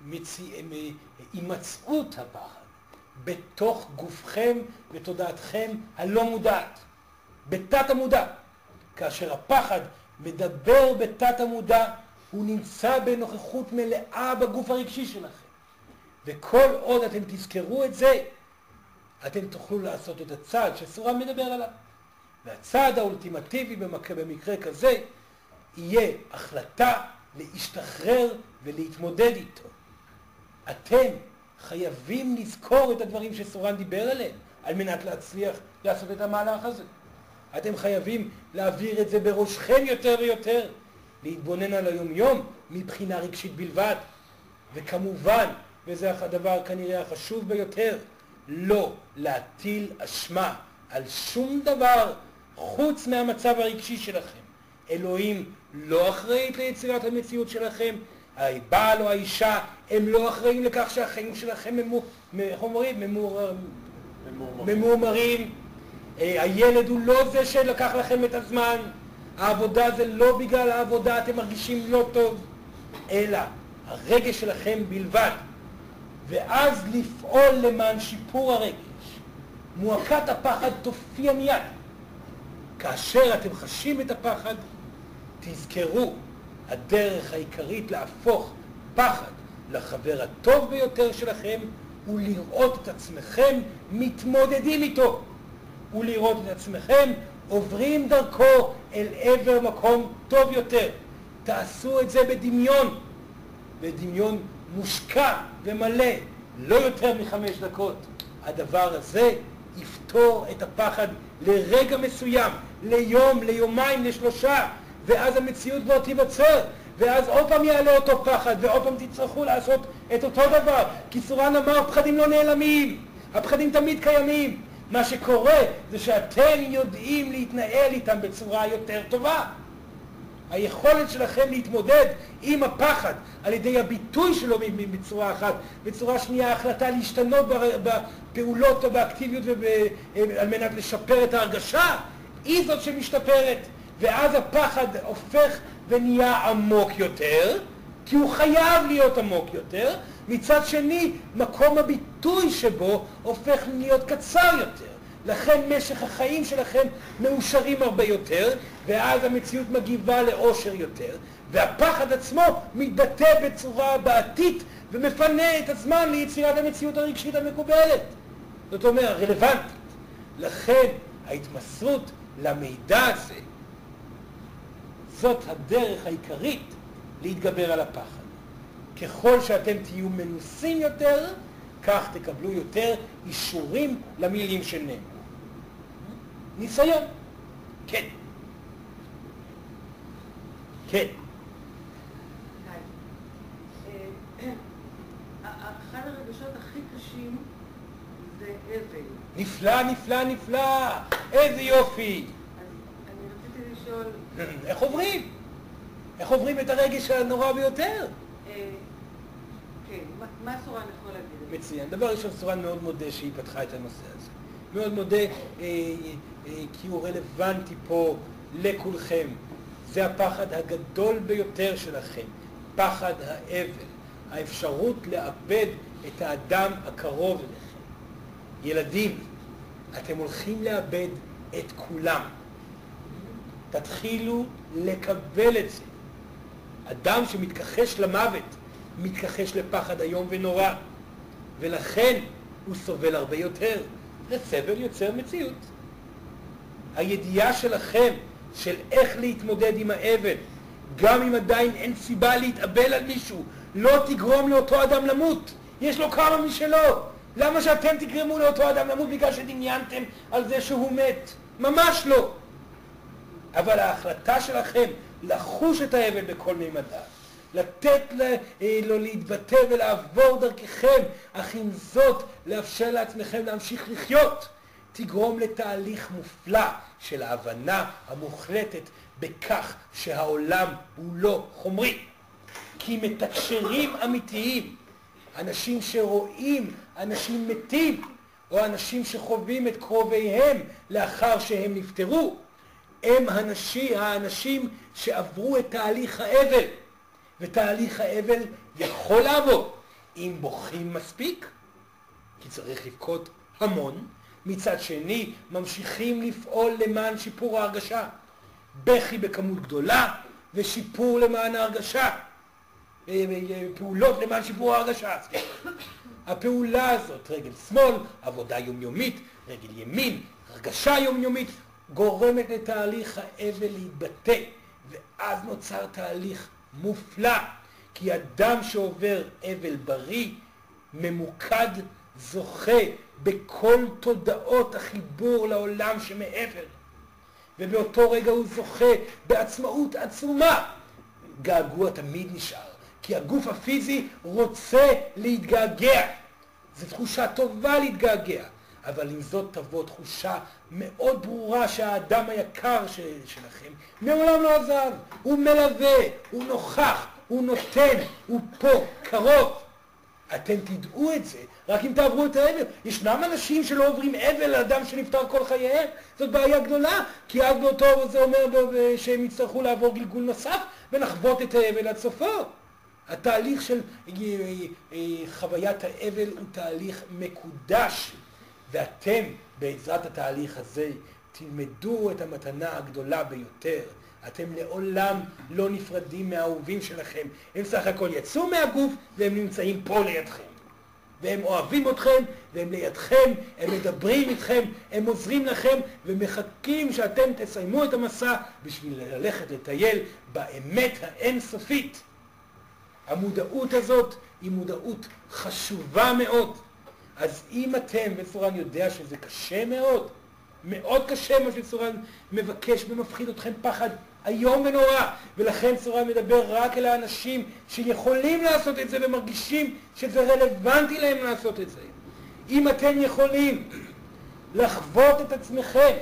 S1: הימצאות הפחד בתוך גופכם ותודעתכם הלא מודעת, בתת המודע. כאשר הפחד מדבר בתת המודע, הוא נמצא בנוכחות מלאה בגוף הרגשי שלכם. וכל עוד אתם תזכרו את זה, אתם תוכלו לעשות את הצעד שסורן מדבר עליו. והצעד האולטימטיבי במקרה כזה יהיה החלטה להשתחרר ולהתמודד איתו. אתם חייבים לזכור את הדברים שסורן דיבר עליהם על מנת להצליח לעשות את המהלך הזה. אתם חייבים להעביר את זה בראשכם יותר ויותר, להתבונן על היום-יום מבחינה רגשית בלבד. וכמובן, וזה הדבר כנראה החשוב ביותר, לא להטיל אשמה על שום דבר חוץ מהמצב הרגשי שלכם. אלוהים לא אחראית ליצירת המציאות שלכם, הבעל או האישה הם לא אחראים לכך שהחיים שלכם ממורמרים. הילד הוא לא זה שלקח לכם את הזמן, העבודה זה לא בגלל העבודה אתם מרגישים לא טוב, אלא הרגש שלכם בלבד. ואז לפעול למען שיפור הרגש. מועקת הפחד תופיע מיד. כאשר אתם חשים את הפחד, תזכרו, הדרך העיקרית להפוך פחד לחבר הטוב ביותר שלכם הוא לראות את עצמכם מתמודדים איתו, ולראות את עצמכם עוברים דרכו אל עבר מקום טוב יותר. תעשו את זה בדמיון מושקע ומלא, לא יותר מ5 דקות. הדבר הזה יפתור את הפחד לרגע מסוים, ליום, ליומיים, ל3, ואז המציאות כבר תיווצר, ואז עוד פעם יעלה אותו פחד, ועוד פעם תצטרכו לעשות את אותו דבר. כי סורן אמר, פחדים לא נעלמים, הפחדים תמיד קיימים. מה שקורה זה שאתם יודעים להתנהל איתם בצורה יותר טובה. היכולת שלכם להתמודד עם הפחד על ידי הביטוי שלו בצורה אחת, בצורה שנייה ההחלטה להשתנות בפעולות או באקטיביות על מנת לשפר את ההרגשה, היא זאת שמשתפרת. ואז הפחד הופך ונהיה עמוק יותר, כי הוא חייב להיות עמוק יותר. מצד שני, מקום הביטוי שבו הופך להיות קצר יותר. לכן משך החיים שלכם מאושרים הרבה יותר, ואז המציאות מגיבה לאושר יותר, והפחד עצמו מתבטא בצורה בעתית ומפנה את הזמן ליצירת המציאות הרגשית המקובלת. זאת אומרת, רלוונטית. לכן ההתמסרות למידע הזה, זאת הדרך העיקרית להתגבר על הפחד. ככל שאתם תהיו מנוסים יותר, כך תקבלו יותר אישורים למילים שנאמרו. ניסיון. כן. כן.
S3: אחד הרגשות הכי קשים זה אבל.
S1: נפלא, נפלא, נפלא. איזה יופי.
S3: אז אני רציתי לשאול...
S1: איך עוברים? איך עוברים את הרגש הנורא ביותר?
S3: כן, מה סורן יכול להגיד?
S1: מצוין. דבר ראשון, סורן מאוד מודה שהיא פתחה את הנושא הזה. מאוד מודה כי הוא רלוונטי פה לכולכם. זה הפחד הגדול ביותר שלכם, פחד האבל, האפשרות לאבד את האדם הקרוב אליכם. ילדים, אתם הולכים לאבד את כולם. תתחילו לקבל את זה. אדם שמתכחש למוות, מתכחש לפחד איום ונורא, ולכן הוא סובל הרבה יותר. וסבל יוצר מציאות. הידיעה שלכם של איך להתמודד עם האבל, גם אם עדיין אין סיבה להתאבל על מישהו, לא תגרום לאותו אדם למות. יש לו כמה משלו. למה שאתם תגרמו לאותו אדם למות בגלל שדמיינתם על זה שהוא מת? ממש לא. אבל ההחלטה שלכם לחוש את האבל בכל מימדיו, לתת לו להתבטא ולעבור דרככם, אך עם זאת לאפשר לעצמכם להמשיך לחיות, תגרום לתהליך מופלא של ההבנה המוחלטת בכך שהעולם הוא לא חומרי. כי מתקשרים אמיתיים, אנשים שרואים אנשים מתים, או אנשים שחווים את קרוביהם לאחר שהם נפטרו, הם האנשים שעברו את תהליך האבל. ותהליך האבל יכול לעבור אם בוכים מספיק, כי צריך לבכות המון. מצד שני, ממשיכים לפעול למען שיפור ההרגשה. בכי בכמות גדולה ושיפור למען ההרגשה. פעולות למען שיפור ההרגשה. הפעולה הזאת, רגל שמאל, עבודה יומיומית, רגל ימין, הרגשה יומיומית, גורמת לתהליך האבל להתבטא, ואז נוצר תהליך מופלא, כי אדם שעובר אבל בריא, ממוקד, זוכה בכל תודעות החיבור לעולם שמעבר. ובאותו רגע הוא זוכה בעצמאות עצומה. געגוע תמיד נשאר, כי הגוף הפיזי רוצה להתגעגע. זו תחושה טובה להתגעגע, אבל עם זאת תבוא תחושה מאוד ברורה שהאדם היקר שלכם מעולם לא עזב. הוא מלווה, הוא נוכח, הוא נותן, הוא פה, קרוב. אתם תדעו את זה, רק אם תעברו את האבל. ישנם אנשים שלא עוברים אבל לאדם שנפטר כל חייהם. זאת בעיה גדולה, כי אז באותו זה אומר שהם יצטרכו לעבור גלגול נוסף ונחוות את האבל עד סופו. התהליך של חוויית האבל הוא תהליך מקודש, ואתם בעזרת התהליך הזה תלמדו את המתנה הגדולה ביותר. אתם לעולם לא נפרדים מהאהובים שלכם. הם סך הכל יצאו מהגוף והם נמצאים פה לידכם. והם אוהבים אתכם והם לידכם, הם מדברים איתכם, הם עוזרים לכם ומחכים שאתם תסיימו את המסע בשביל ללכת לטייל באמת האינסופית. המודעות הזאת היא מודעות חשובה מאוד. אז אם אתם, וסורן יודע שזה קשה מאוד, מאוד קשה מה שסורן מבקש ומפחיד אתכם פחד איום ונורא, ולכן סורן מדבר רק אל האנשים שיכולים לעשות את זה ומרגישים שזה רלוונטי להם לעשות את זה. אם אתם יכולים לחוות את עצמכם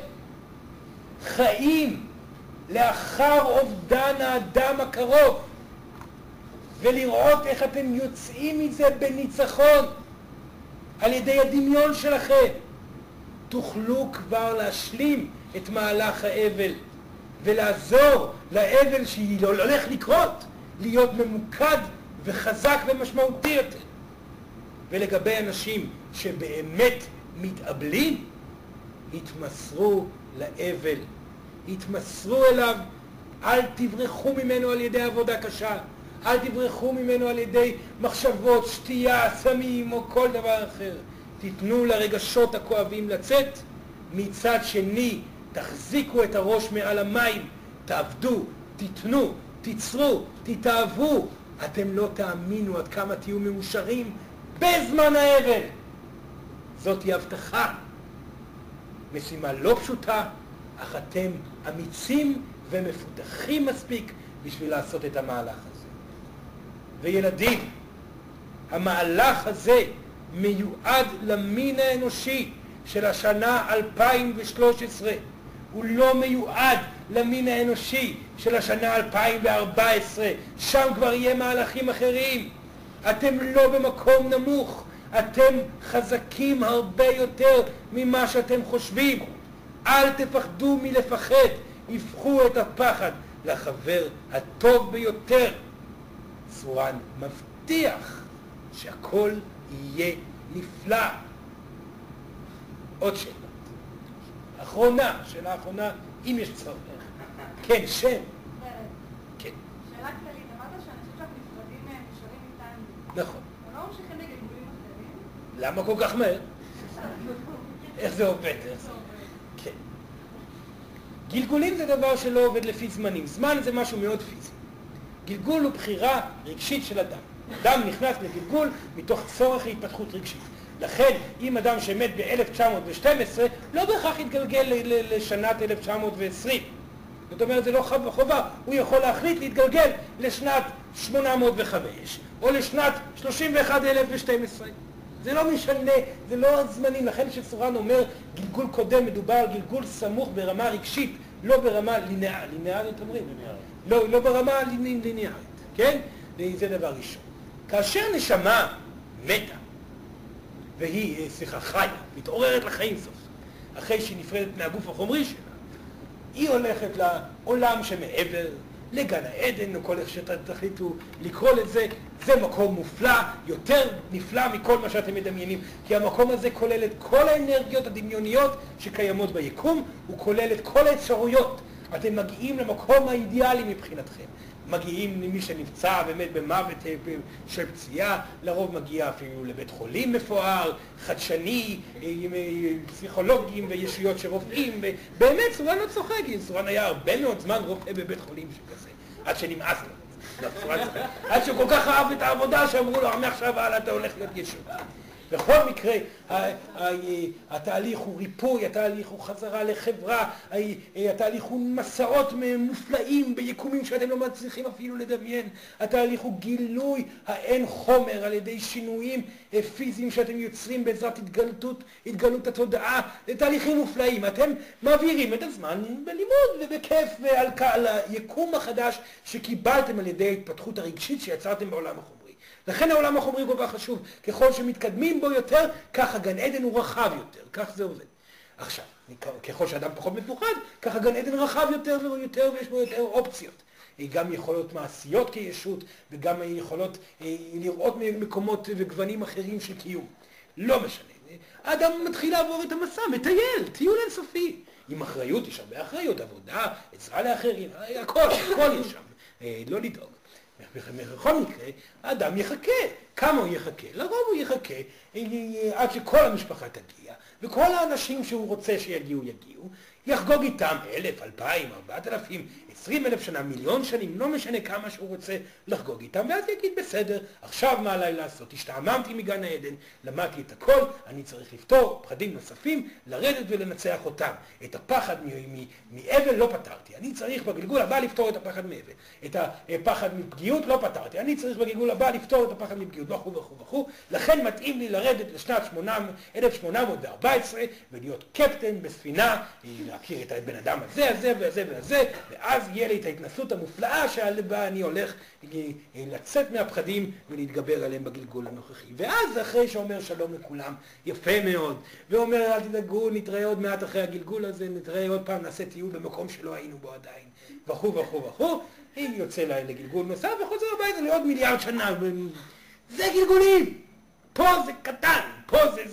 S1: חיים לאחר אובדן האדם הקרוב, ולראות איך אתם יוצאים מזה בניצחון על ידי הדמיון שלכם, תוכלו כבר להשלים את מהלך האבל ולעזור לאבל שהיא לא הולך לקרות, להיות ממוקד וחזק ומשמעותי יותר. ולגבי אנשים שבאמת מתאבלים, התמסרו לאבל, התמסרו אליו, אל תברחו ממנו על ידי עבודה קשה, אל תברחו ממנו על ידי מחשבות, שתייה, סמים או כל דבר אחר. תיתנו לרגשות הכואבים לצאת, מצד שני תחזיקו את הראש מעל המים, תעבדו, תיתנו, תיצרו, תתאהבו. אתם לא תאמינו עד כמה תהיו מאושרים בזמן האבל. זאת היא הבטחה. משימה לא פשוטה, אך אתם אמיצים ומפותחים מספיק בשביל לעשות את המהלך הזה. וילדים, המהלך הזה מיועד למין האנושי של השנה 2013. הוא לא מיועד למין האנושי של השנה 2014. שם כבר יהיה מהלכים אחרים. אתם לא במקום נמוך. אתם חזקים הרבה יותר ממה שאתם חושבים. אל תפחדו מלפחד. הפכו את הפחד לחבר הטוב ביותר. סורן מבטיח שהכל יהיה נפלא. עוד שאלה. אחרונה, שאלה אחרונה, אם יש צורך. כן, שם. כן.
S4: שאלה כללית, אמרת שאנשים שאנחנו נפרדים מהם נשארים איתנו.
S1: נכון.
S4: אבל לא ממשיכים לגלגולים אחרים.
S1: למה כל כך מהר? איך זה עובד? כן. גלגולים זה דבר שלא עובד לפי זמנים. זמן זה משהו מאוד פיזי. גלגול הוא בחירה רגשית של אדם. אדם נכנס לגלגול מתוך צורך להתפתחות רגשית. לכן, אם אדם שמת ב-1912, לא בהכרח יתגלגל לשנת 1920. זאת אומרת, זה לא חובה. הוא יכול להחליט להתגלגל לשנת 805, או לשנת 31,012. זה לא משנה, זה לא זמנים. לכן שסורן אומר, גלגול קודם מדובר על גלגול סמוך ברמה רגשית, לא ברמה ליניארית. ליניארית אומרים? לא ברמה ליניארית, כן? זה דבר ראשון. כאשר נשמה מתה, והיא, חיה, מתעוררת לחיים סוף, אחרי שהיא נפרדת מהגוף החומרי שלה, היא הולכת לעולם שמעבר, לגן העדן, או כל איך שתחליטו לקרוא לזה. זה מקום מופלא, יותר נפלא מכל מה שאתם מדמיינים, כי המקום הזה כולל את כל האנרגיות הדמיוניות שקיימות ביקום, הוא כולל את כל האפשרויות. אתם מגיעים למקום האידיאלי מבחינתכם. מגיעים למי שנפצע באמת במוות של פציעה, לרוב מגיע אפילו לבית חולים מפואר, חדשני, עם פסיכולוגים וישויות שרופאים, באמת סורן לא צוחק, סורן היה הרבה מאוד זמן רופא בבית חולים שכזה, עד שנמאס לו. עד שהוא כל כך אהב את העבודה שאמרו לו, מעכשיו הלאה אתה הולך להיות ישוב. בכל מקרה, התהליך הוא ריפוי, התהליך הוא חזרה לחברה, התהליך הוא מסעות מופלאים ביקומים שאתם לא מצליחים אפילו לדמיין, התהליך הוא גילוי האין חומר על ידי שינויים פיזיים שאתם יוצרים בעזרת התגלות התודעה, זה תהליכים מופלאים, אתם מעבירים את הזמן בלימוד ובכיף ועל היקום החדש שקיבלתם על ידי ההתפתחות הרגשית שיצרתם בעולם החומרי. לכן העולם החומרי כל כך חשוב, ככל שמתקדמים בו יותר, כך הגן עדן הוא רחב יותר, כך זה עובד. עכשיו, ככל שאדם פחות מפוחד, כך הגן עדן רחב יותר ויותר ויש בו יותר אופציות. גם יכולות מעשיות כישות וגם יכולות לראות מקומות וגוונים אחרים של קיום. לא משנה. האדם מתחיל לעבור את המסע, מטייל, טיול אינסופי. עם אחריות, יש הרבה אחריות, עבודה, עזרה לאחרים, הכל יש שם, לא לדאוג. בכל מקרה, האדם יחכה. כמה הוא יחכה? לרוב הוא יחכה עד שכל המשפחה תגיע, וכל האנשים שהוא רוצה שיגיעו, יחגוג איתם 1,000, 2,000, 4,000, 20,000 שנה, מיליון שנים, לא משנה כמה שהוא רוצה לחגוג איתם, ואז יגיד בסדר, עכשיו מה עליי לעשות? השתעממתי מגן העדן, למדתי את הכל, אני צריך לפתור פחדים נוספים, לרדת ולנצח אותם. את הפחד מאבל לא פתרתי, אני צריך בגלגול הבא לפתור את הפחד מאבל. את הפחד מפגיעות לא פתרתי, אני צריך בגלגול הבא לפתור את הפחד מפגיעות, וכו'. לכן מתאים לי לרדת לשנת 1814 ולהיות קפטן בספינה, להכיר את הבן אדם הזה והזה, ואז יהיה לי את ההתנסות המופלאה שבה אני הולך לצאת מהפחדים ולהתגבר עליהם בגלגול הנוכחי. ואז אחרי שאומר שלום לכולם, יפה מאוד, ואומר אל תדאגו, נתראה עוד מעט אחרי הגלגול הזה, נתראה עוד פעם, נעשה טיול במקום שלא היינו בו עדיין, וכו'. אם יוצא לגלגול נוסף וחוזר הביתה לעוד מיליארד שנה, זה גלגולים, פה זה קטן, פה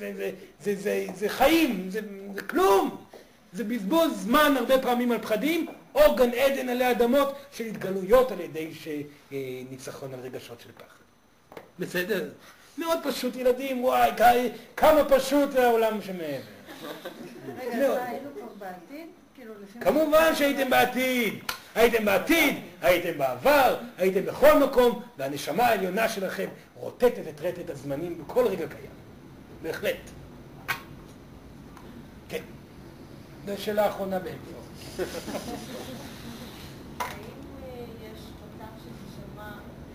S1: זה חיים, זה כלום. זה בזבוז זמן הרבה פעמים על פחדים, או גן עדן עלי אדמות של התגלויות על ידי ניצחון על רגשות של פחד. בסדר? מאוד פשוט ילדים, וואי, כמה פשוט זה העולם שמעבר.
S3: רגע, אז היינו כבר בעתיד?
S1: כמובן שהייתם בעתיד. הייתם בעבר, הייתם בכל מקום, והנשמה העליונה שלכם רוטטת את רטט הזמנים בכל רגע קיים. בהחלט. כן. זו שאלה האחרונה באמצע.
S4: האם יש אותם שנשמה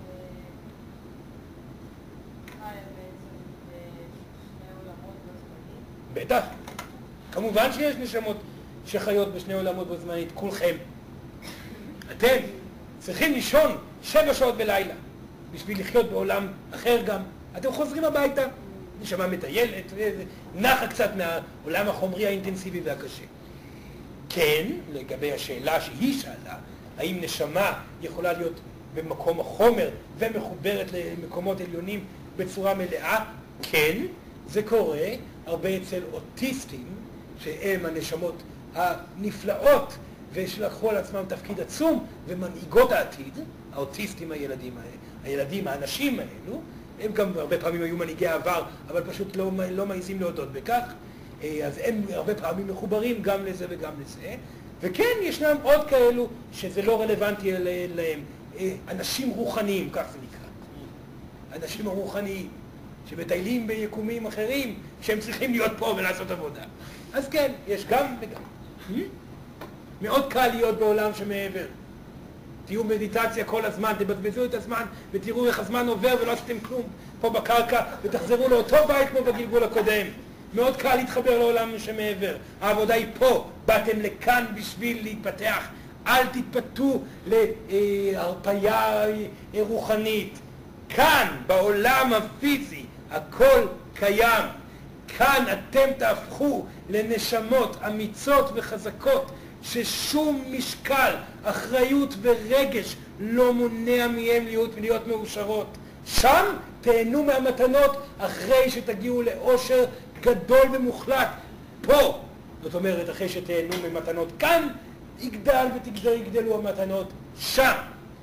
S4: חיה בעצם בשני עולמות בזמנית?
S1: בטח. כמובן שיש נשמות שחיות בשני עולמות בזמנית, כולכם. אתם צריכים לישון 7 שעות בלילה בשביל לחיות בעולם אחר גם. אתם חוזרים הביתה, נשמה מטיילת, נחה קצת מהעולם החומרי האינטנסיבי והקשה. כן, לגבי השאלה שהיא שאלה, האם נשמה יכולה להיות במקום החומר ומחוברת למקומות עליונים בצורה מלאה? כן, זה קורה הרבה אצל אוטיסטים, שהם הנשמות הנפלאות ושלקחו על עצמם תפקיד עצום ומנהיגות העתיד, האוטיסטים הילדים, האנשים האלו, הם גם הרבה פעמים היו מנהיגי העבר, אבל פשוט לא מעיזים להודות בכך, אז הם הרבה פעמים מחוברים גם לזה וגם לזה, וכן ישנם עוד כאלו שזה לא רלוונטי להם, אנשים רוחניים, כך זה נקרא, אנשים הרוחניים שמטיילים ביקומים אחרים שהם צריכים להיות פה ולעשות עבודה. אז כן, יש גם וגם. מאוד קל להיות בעולם שמעבר. תהיו מדיטציה כל הזמן, תבזבזו את הזמן ותראו איך הזמן עובר ולא עשיתם כלום פה בקרקע ותחזרו לאותו בית כמו בגלגול הקודם. מאוד קל להתחבר לעולם שמעבר. העבודה היא פה, באתם לכאן בשביל להתפתח. אל תתפתו להרפיה רוחנית. כאן, בעולם הפיזי, הכל קיים. כאן אתם תהפכו לנשמות אמיצות וחזקות ששום משקל, אחריות ורגש לא מונע מהם להיות מאושרות. שם תהנו מהמתנות אחרי שתגיעו לאושר גדול ומוחלט. פה, זאת אומרת, אחרי שתהנו ממתנות כאן, יגדלו המתנות שם.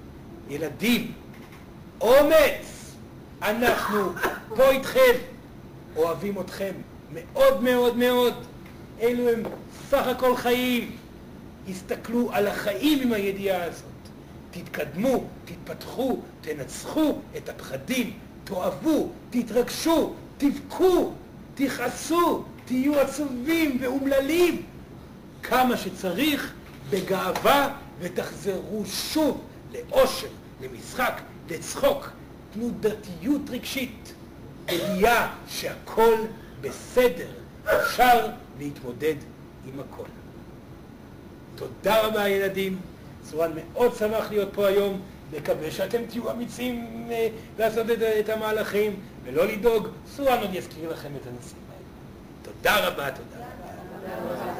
S1: ילדים, אומץ! אנחנו פה איתכם, אוהבים אתכם מאוד מאוד מאוד. אלו הם סך הכל חיים. הסתכלו על החיים עם הידיעה הזאת. תתקדמו, תתפתחו, תנצחו את הפחדים, תאהבו, תתרגשו, תבכו, תכעסו, תהיו עצובים ואומללים. כמה שצריך בגאווה ותחזרו שוב לאושר, למשחק, לצחוק. תנו דתיות רגשית, ידיעה שהכל בסדר, אפשר להתמודד עם הכל. תודה רבה ילדים, סורן מאוד שמח להיות פה היום, מקווה שאתם תהיו אמיצים לעשות את המהלכים ולא לדאוג, סורן עוד יזכיר לכם את הנושאים האלה. תודה רבה, תודה רבה.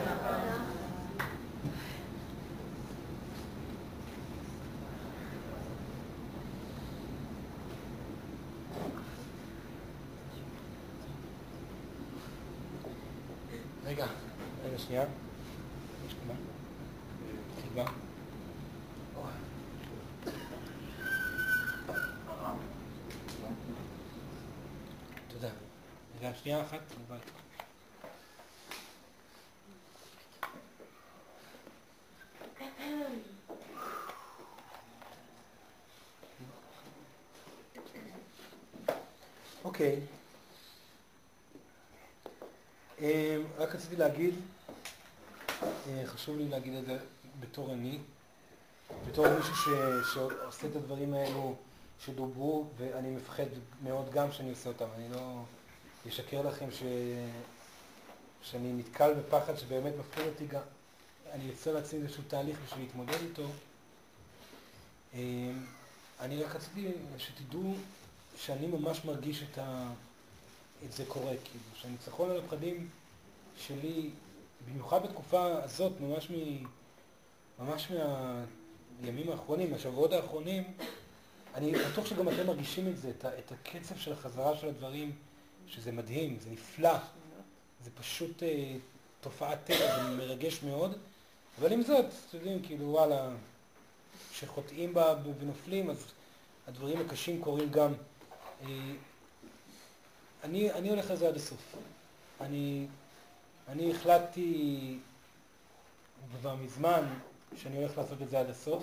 S1: רגע שנייה. יש כמה? תקווה. תודה. רגע שנייה אחת. אוקיי. רק רציתי להגיד, חשוב לי להגיד את זה בתור מישהו שעושה את הדברים האלו שדוברו, ואני מפחד מאוד גם שאני עושה אותם. אני לא אשקר לכם שאני נתקל בפחד שבאמת מפחיד אותי גם. אני אצא לעצמי איזשהו תהליך בשביל להתמודד איתו. אני רק רציתי שתדעו שאני ממש מרגיש את זה קורה, כאילו, שהניצחון על הפחדים שלי, במיוחד בתקופה הזאת, ממש מהימים האחרונים, מהשבועות האחרונים, אני בטוח שגם אתם מרגישים את זה, את הקצב של החזרה של הדברים, שזה מדהים, זה נפלא, זה פשוט תופעת טבע, זה מרגש מאוד, אבל עם זאת, אתם יודעים, כאילו, וואלה, שחוטאים בה ונופלים, אז הדברים הקשים קורים גם. אני הולך לזה עד הסוף. אני החלטתי כבר מזמן שאני הולך לעשות את זה עד הסוף.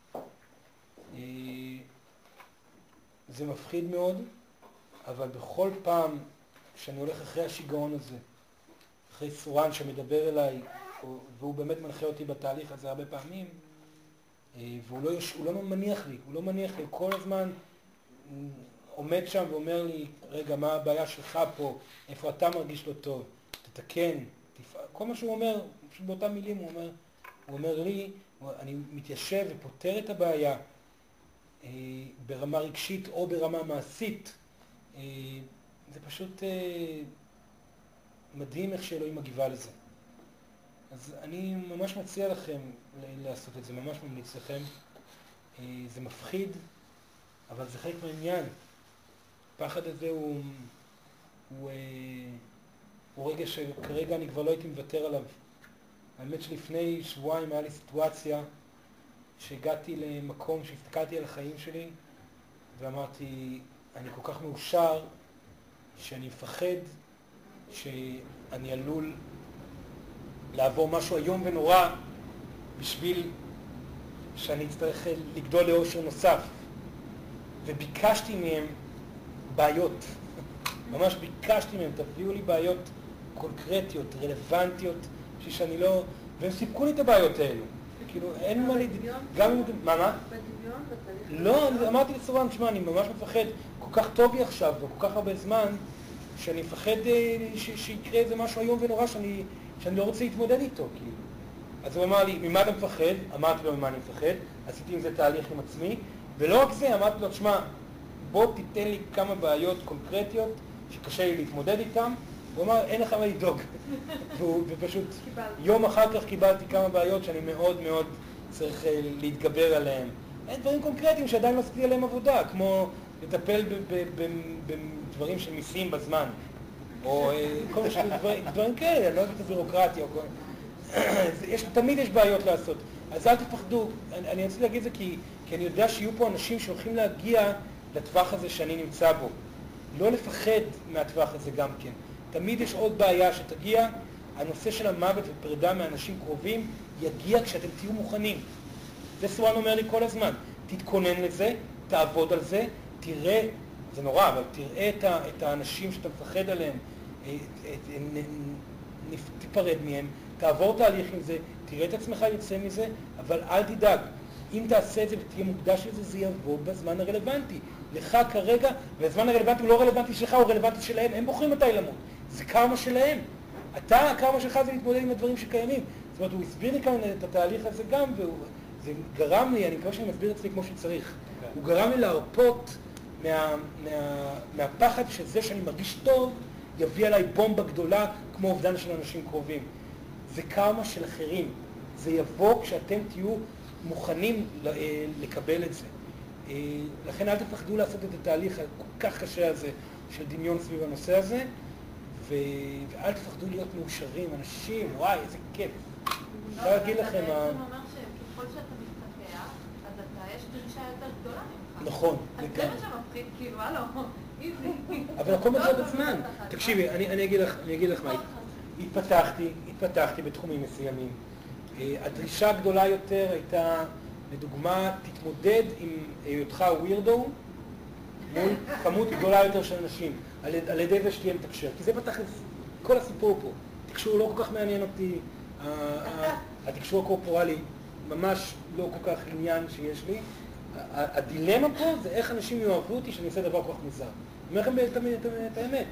S1: זה מפחיד מאוד, אבל בכל פעם שאני הולך אחרי השיגעון הזה, אחרי סורן שמדבר אליי, והוא באמת מנחה אותי בתהליך הזה הרבה פעמים, והוא לא מניח לי, הוא כל הזמן עומד שם ואומר לי, רגע, מה הבעיה שלך פה? איפה אתה מרגיש לא טוב? תתקן, כל מה שהוא אומר, פשוט באותם מילים הוא אומר לי, אני מתיישב ופותר את הבעיה ברמה רגשית או ברמה מעשית. זה פשוט מדהים איך שאלוהים מגיבה לזה. אז אני ממש מציע לכם לעשות את זה, ממש ממליץ לכם. זה מפחיד, אבל זה חלק מהעניין. הפחד הזה הוא רגע שכרגע אני כבר לא הייתי מוותר עליו. האמת שלפני שבועיים היה לי סיטואציה שהגעתי למקום שהסתכלתי על החיים שלי ואמרתי, אני כל כך מאושר שאני מפחד שאני עלול לעבור משהו איום ונורא בשביל שאני אצטרך לגדול לאושר נוסף. וביקשתי מהם בעיות, ממש ביקשתי מהם, תביאו לי בעיות קונקרטיות, רלוונטיות, שאני לא... והם סיפקו לי את הבעיות האלו. כאילו, אין מה גם אם... מה?
S3: בדמיון?
S1: לא, אמרתי לסורן, תשמע, אני ממש מפחד, כל כך טוב לי עכשיו, וכל כך הרבה זמן, שאני מפחד שיקרה איזה משהו איום ונורא שאני לא רוצה להתמודד איתו, כאילו. אז הוא אמר לי, ממה אתה מפחד? אמרתי לו ממה אני מפחד, עשיתי עם זה תהליך עם עצמי, ולא רק זה, אמרתי לו, תשמע, בוא תיתן לי כמה בעיות קונקרטיות שקשה לי להתמודד איתן. הוא אמר, אין לך מה לדאוג. ופשוט יום אחר כך קיבלתי כמה בעיות שאני מאוד מאוד צריך להתגבר עליהן. אין דברים קונקרטיים שעדיין לא עשיתי עליהם עבודה, כמו לטפל בדברים של מיסים בזמן, או כל מיני דברים כאלה, אני לא יודעת את הבירוקרטיה. תמיד יש בעיות לעשות. אז אל תפחדו. אני רוצה להגיד את זה כי כי אני יודע שיהיו פה אנשים שהולכים להגיע לטווח הזה שאני נמצא בו. לא לפחד מהטווח הזה גם כן. תמיד יש עוד בעיה שתגיע, הנושא של המוות ופרידה מאנשים קרובים יגיע כשאתם תהיו מוכנים. זה סואן אומר לי כל הזמן. תתכונן לזה, תעבוד על זה, תראה, זה נורא, אבל תראה את האנשים שאתה מפחד עליהם, תיפרד מהם, תעבור תהליך עם זה, תראה את עצמך יוצא מזה, אבל אל תדאג. אם תעשה את זה ותהיה מוקדש לזה, זה יבוא בזמן הרלוונטי. לך כרגע, והזמן הרלוונטי הוא לא רלוונטי שלך, הוא רלוונטי שלהם, הם בוחרים מתי למות. זה קרמה שלהם. הקרמה שלך זה להתמודד עם הדברים שקיימים. זאת אומרת, הוא הסביר לי כאן את התהליך הזה גם, וזה גרם לי, אני מקווה שאני מסביר אצלי כמו שצריך. הוא גרם לי להרפות מהפחד שזה שאני מרגיש טוב, יביא עליי בומבה גדולה כמו אובדן של אנשים קרובים. זה קרמה של אחרים. זה יבוא כשאתם תהיו מוכנים לקבל את זה. לכן אל תפחדו לעשות את התהליך הכל כך קשה הזה של דמיון סביב הנושא הזה, ואל תפחדו להיות מאושרים, אנשים, וואי, איזה כיף. אפשר להגיד לכם...
S4: אתה בעצם אומר שככל שאתה מתפתח, אז יש דרישה יותר גדולה ממך.
S1: נכון.
S4: אז זה מה שמפחיד, כאילו, הלו, איזי.
S1: אבל הכל מגיע בזמן. תקשיבי, אני אגיד לך מה. התפתחתי בתחומים מסוימים. הדרישה הגדולה יותר הייתה, לדוגמה, תתמודד עם היותך ווירדו מול כמות גדולה יותר של אנשים, על ידי זה שתהיה מתקשר. כי זה בתכלס כל הסיפור פה. התקשור לא כל כך מעניין אותי, התקשור הקורפורלי ממש לא כל כך עניין שיש לי. הדילמה פה זה איך אנשים יאהבו אותי שאני עושה דבר כל כך מוזר. אני אומר לכם את האמת.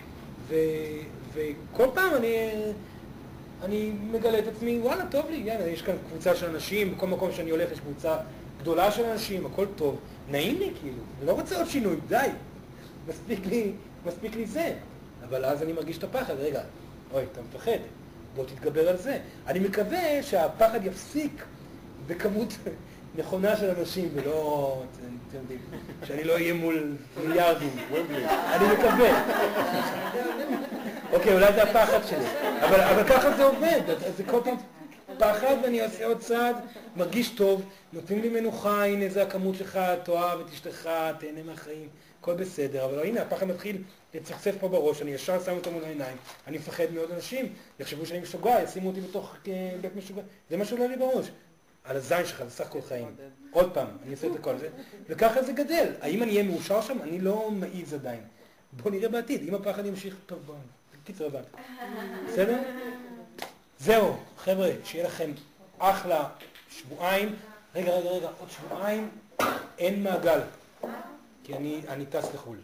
S1: וכל פעם אני מגלה את עצמי, וואלה, טוב לי, יאללה, יש כאן קבוצה של אנשים, בכל מקום שאני הולך יש קבוצה גדולה של אנשים, הכל טוב, נעים לי כאילו, אני לא רוצה עוד שינוי, די, מספיק לי זה. אבל אז אני מרגיש את הפחד, רגע, אוי, אתה מפחד, בוא תתגבר על זה. אני מקווה שהפחד יפסיק בכמות נכונה של אנשים, ולא, אתם יודעים, שאני לא אהיה מול מיליארדים, אני מקווה. אוקיי, אולי זה הפחד שלי, אבל ככה זה עובד, זה כל פעם פחד ואני עושה עוד צעד, מרגיש טוב, נותנים לי מנוחה, הנה זה הכמות שלך, תאהב את אשתך, תהנה מהחיים, הכל בסדר, אבל הנה הפחד מתחיל לצחצף פה בראש, אני ישר שם אותו מול העיניים, אני מפחד מאוד אנשים, יחשבו שאני משוגע, ישימו אותי בתוך בית משוגע, זה מה שעולה לי בראש, על הזין שלך, זה סך כל חיים, עוד פעם, אני עושה את הכל זה, וככה זה גדל, האם אני אהיה מאושר שם? אני לא מעיז עדיין, בוא נראה בעתיד, אם הפחד ימשיך, טוב בוא. קיצר הבנת. בסדר? זהו, חבר'ה, שיהיה לכם אחלה שבועיים. רגע, עוד שבועיים אין מעגל. כי אני טס לחו"ל.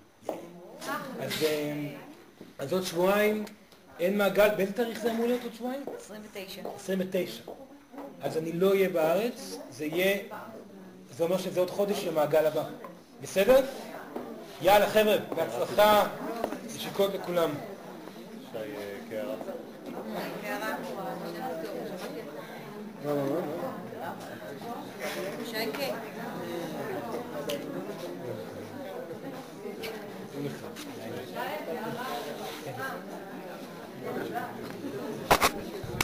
S1: אז עוד שבועיים אין מעגל. באיזה תאריך זה אמור להיות עוד שבועיים? 29. אז אני לא אהיה בארץ. זה אומר שזה עוד חודש למעגל הבא. בסדר? יאללה, חבר'ה, בהצלחה. נשיקות לכולם.
S2: קערה.
S4: שקט.
S1: שייקה.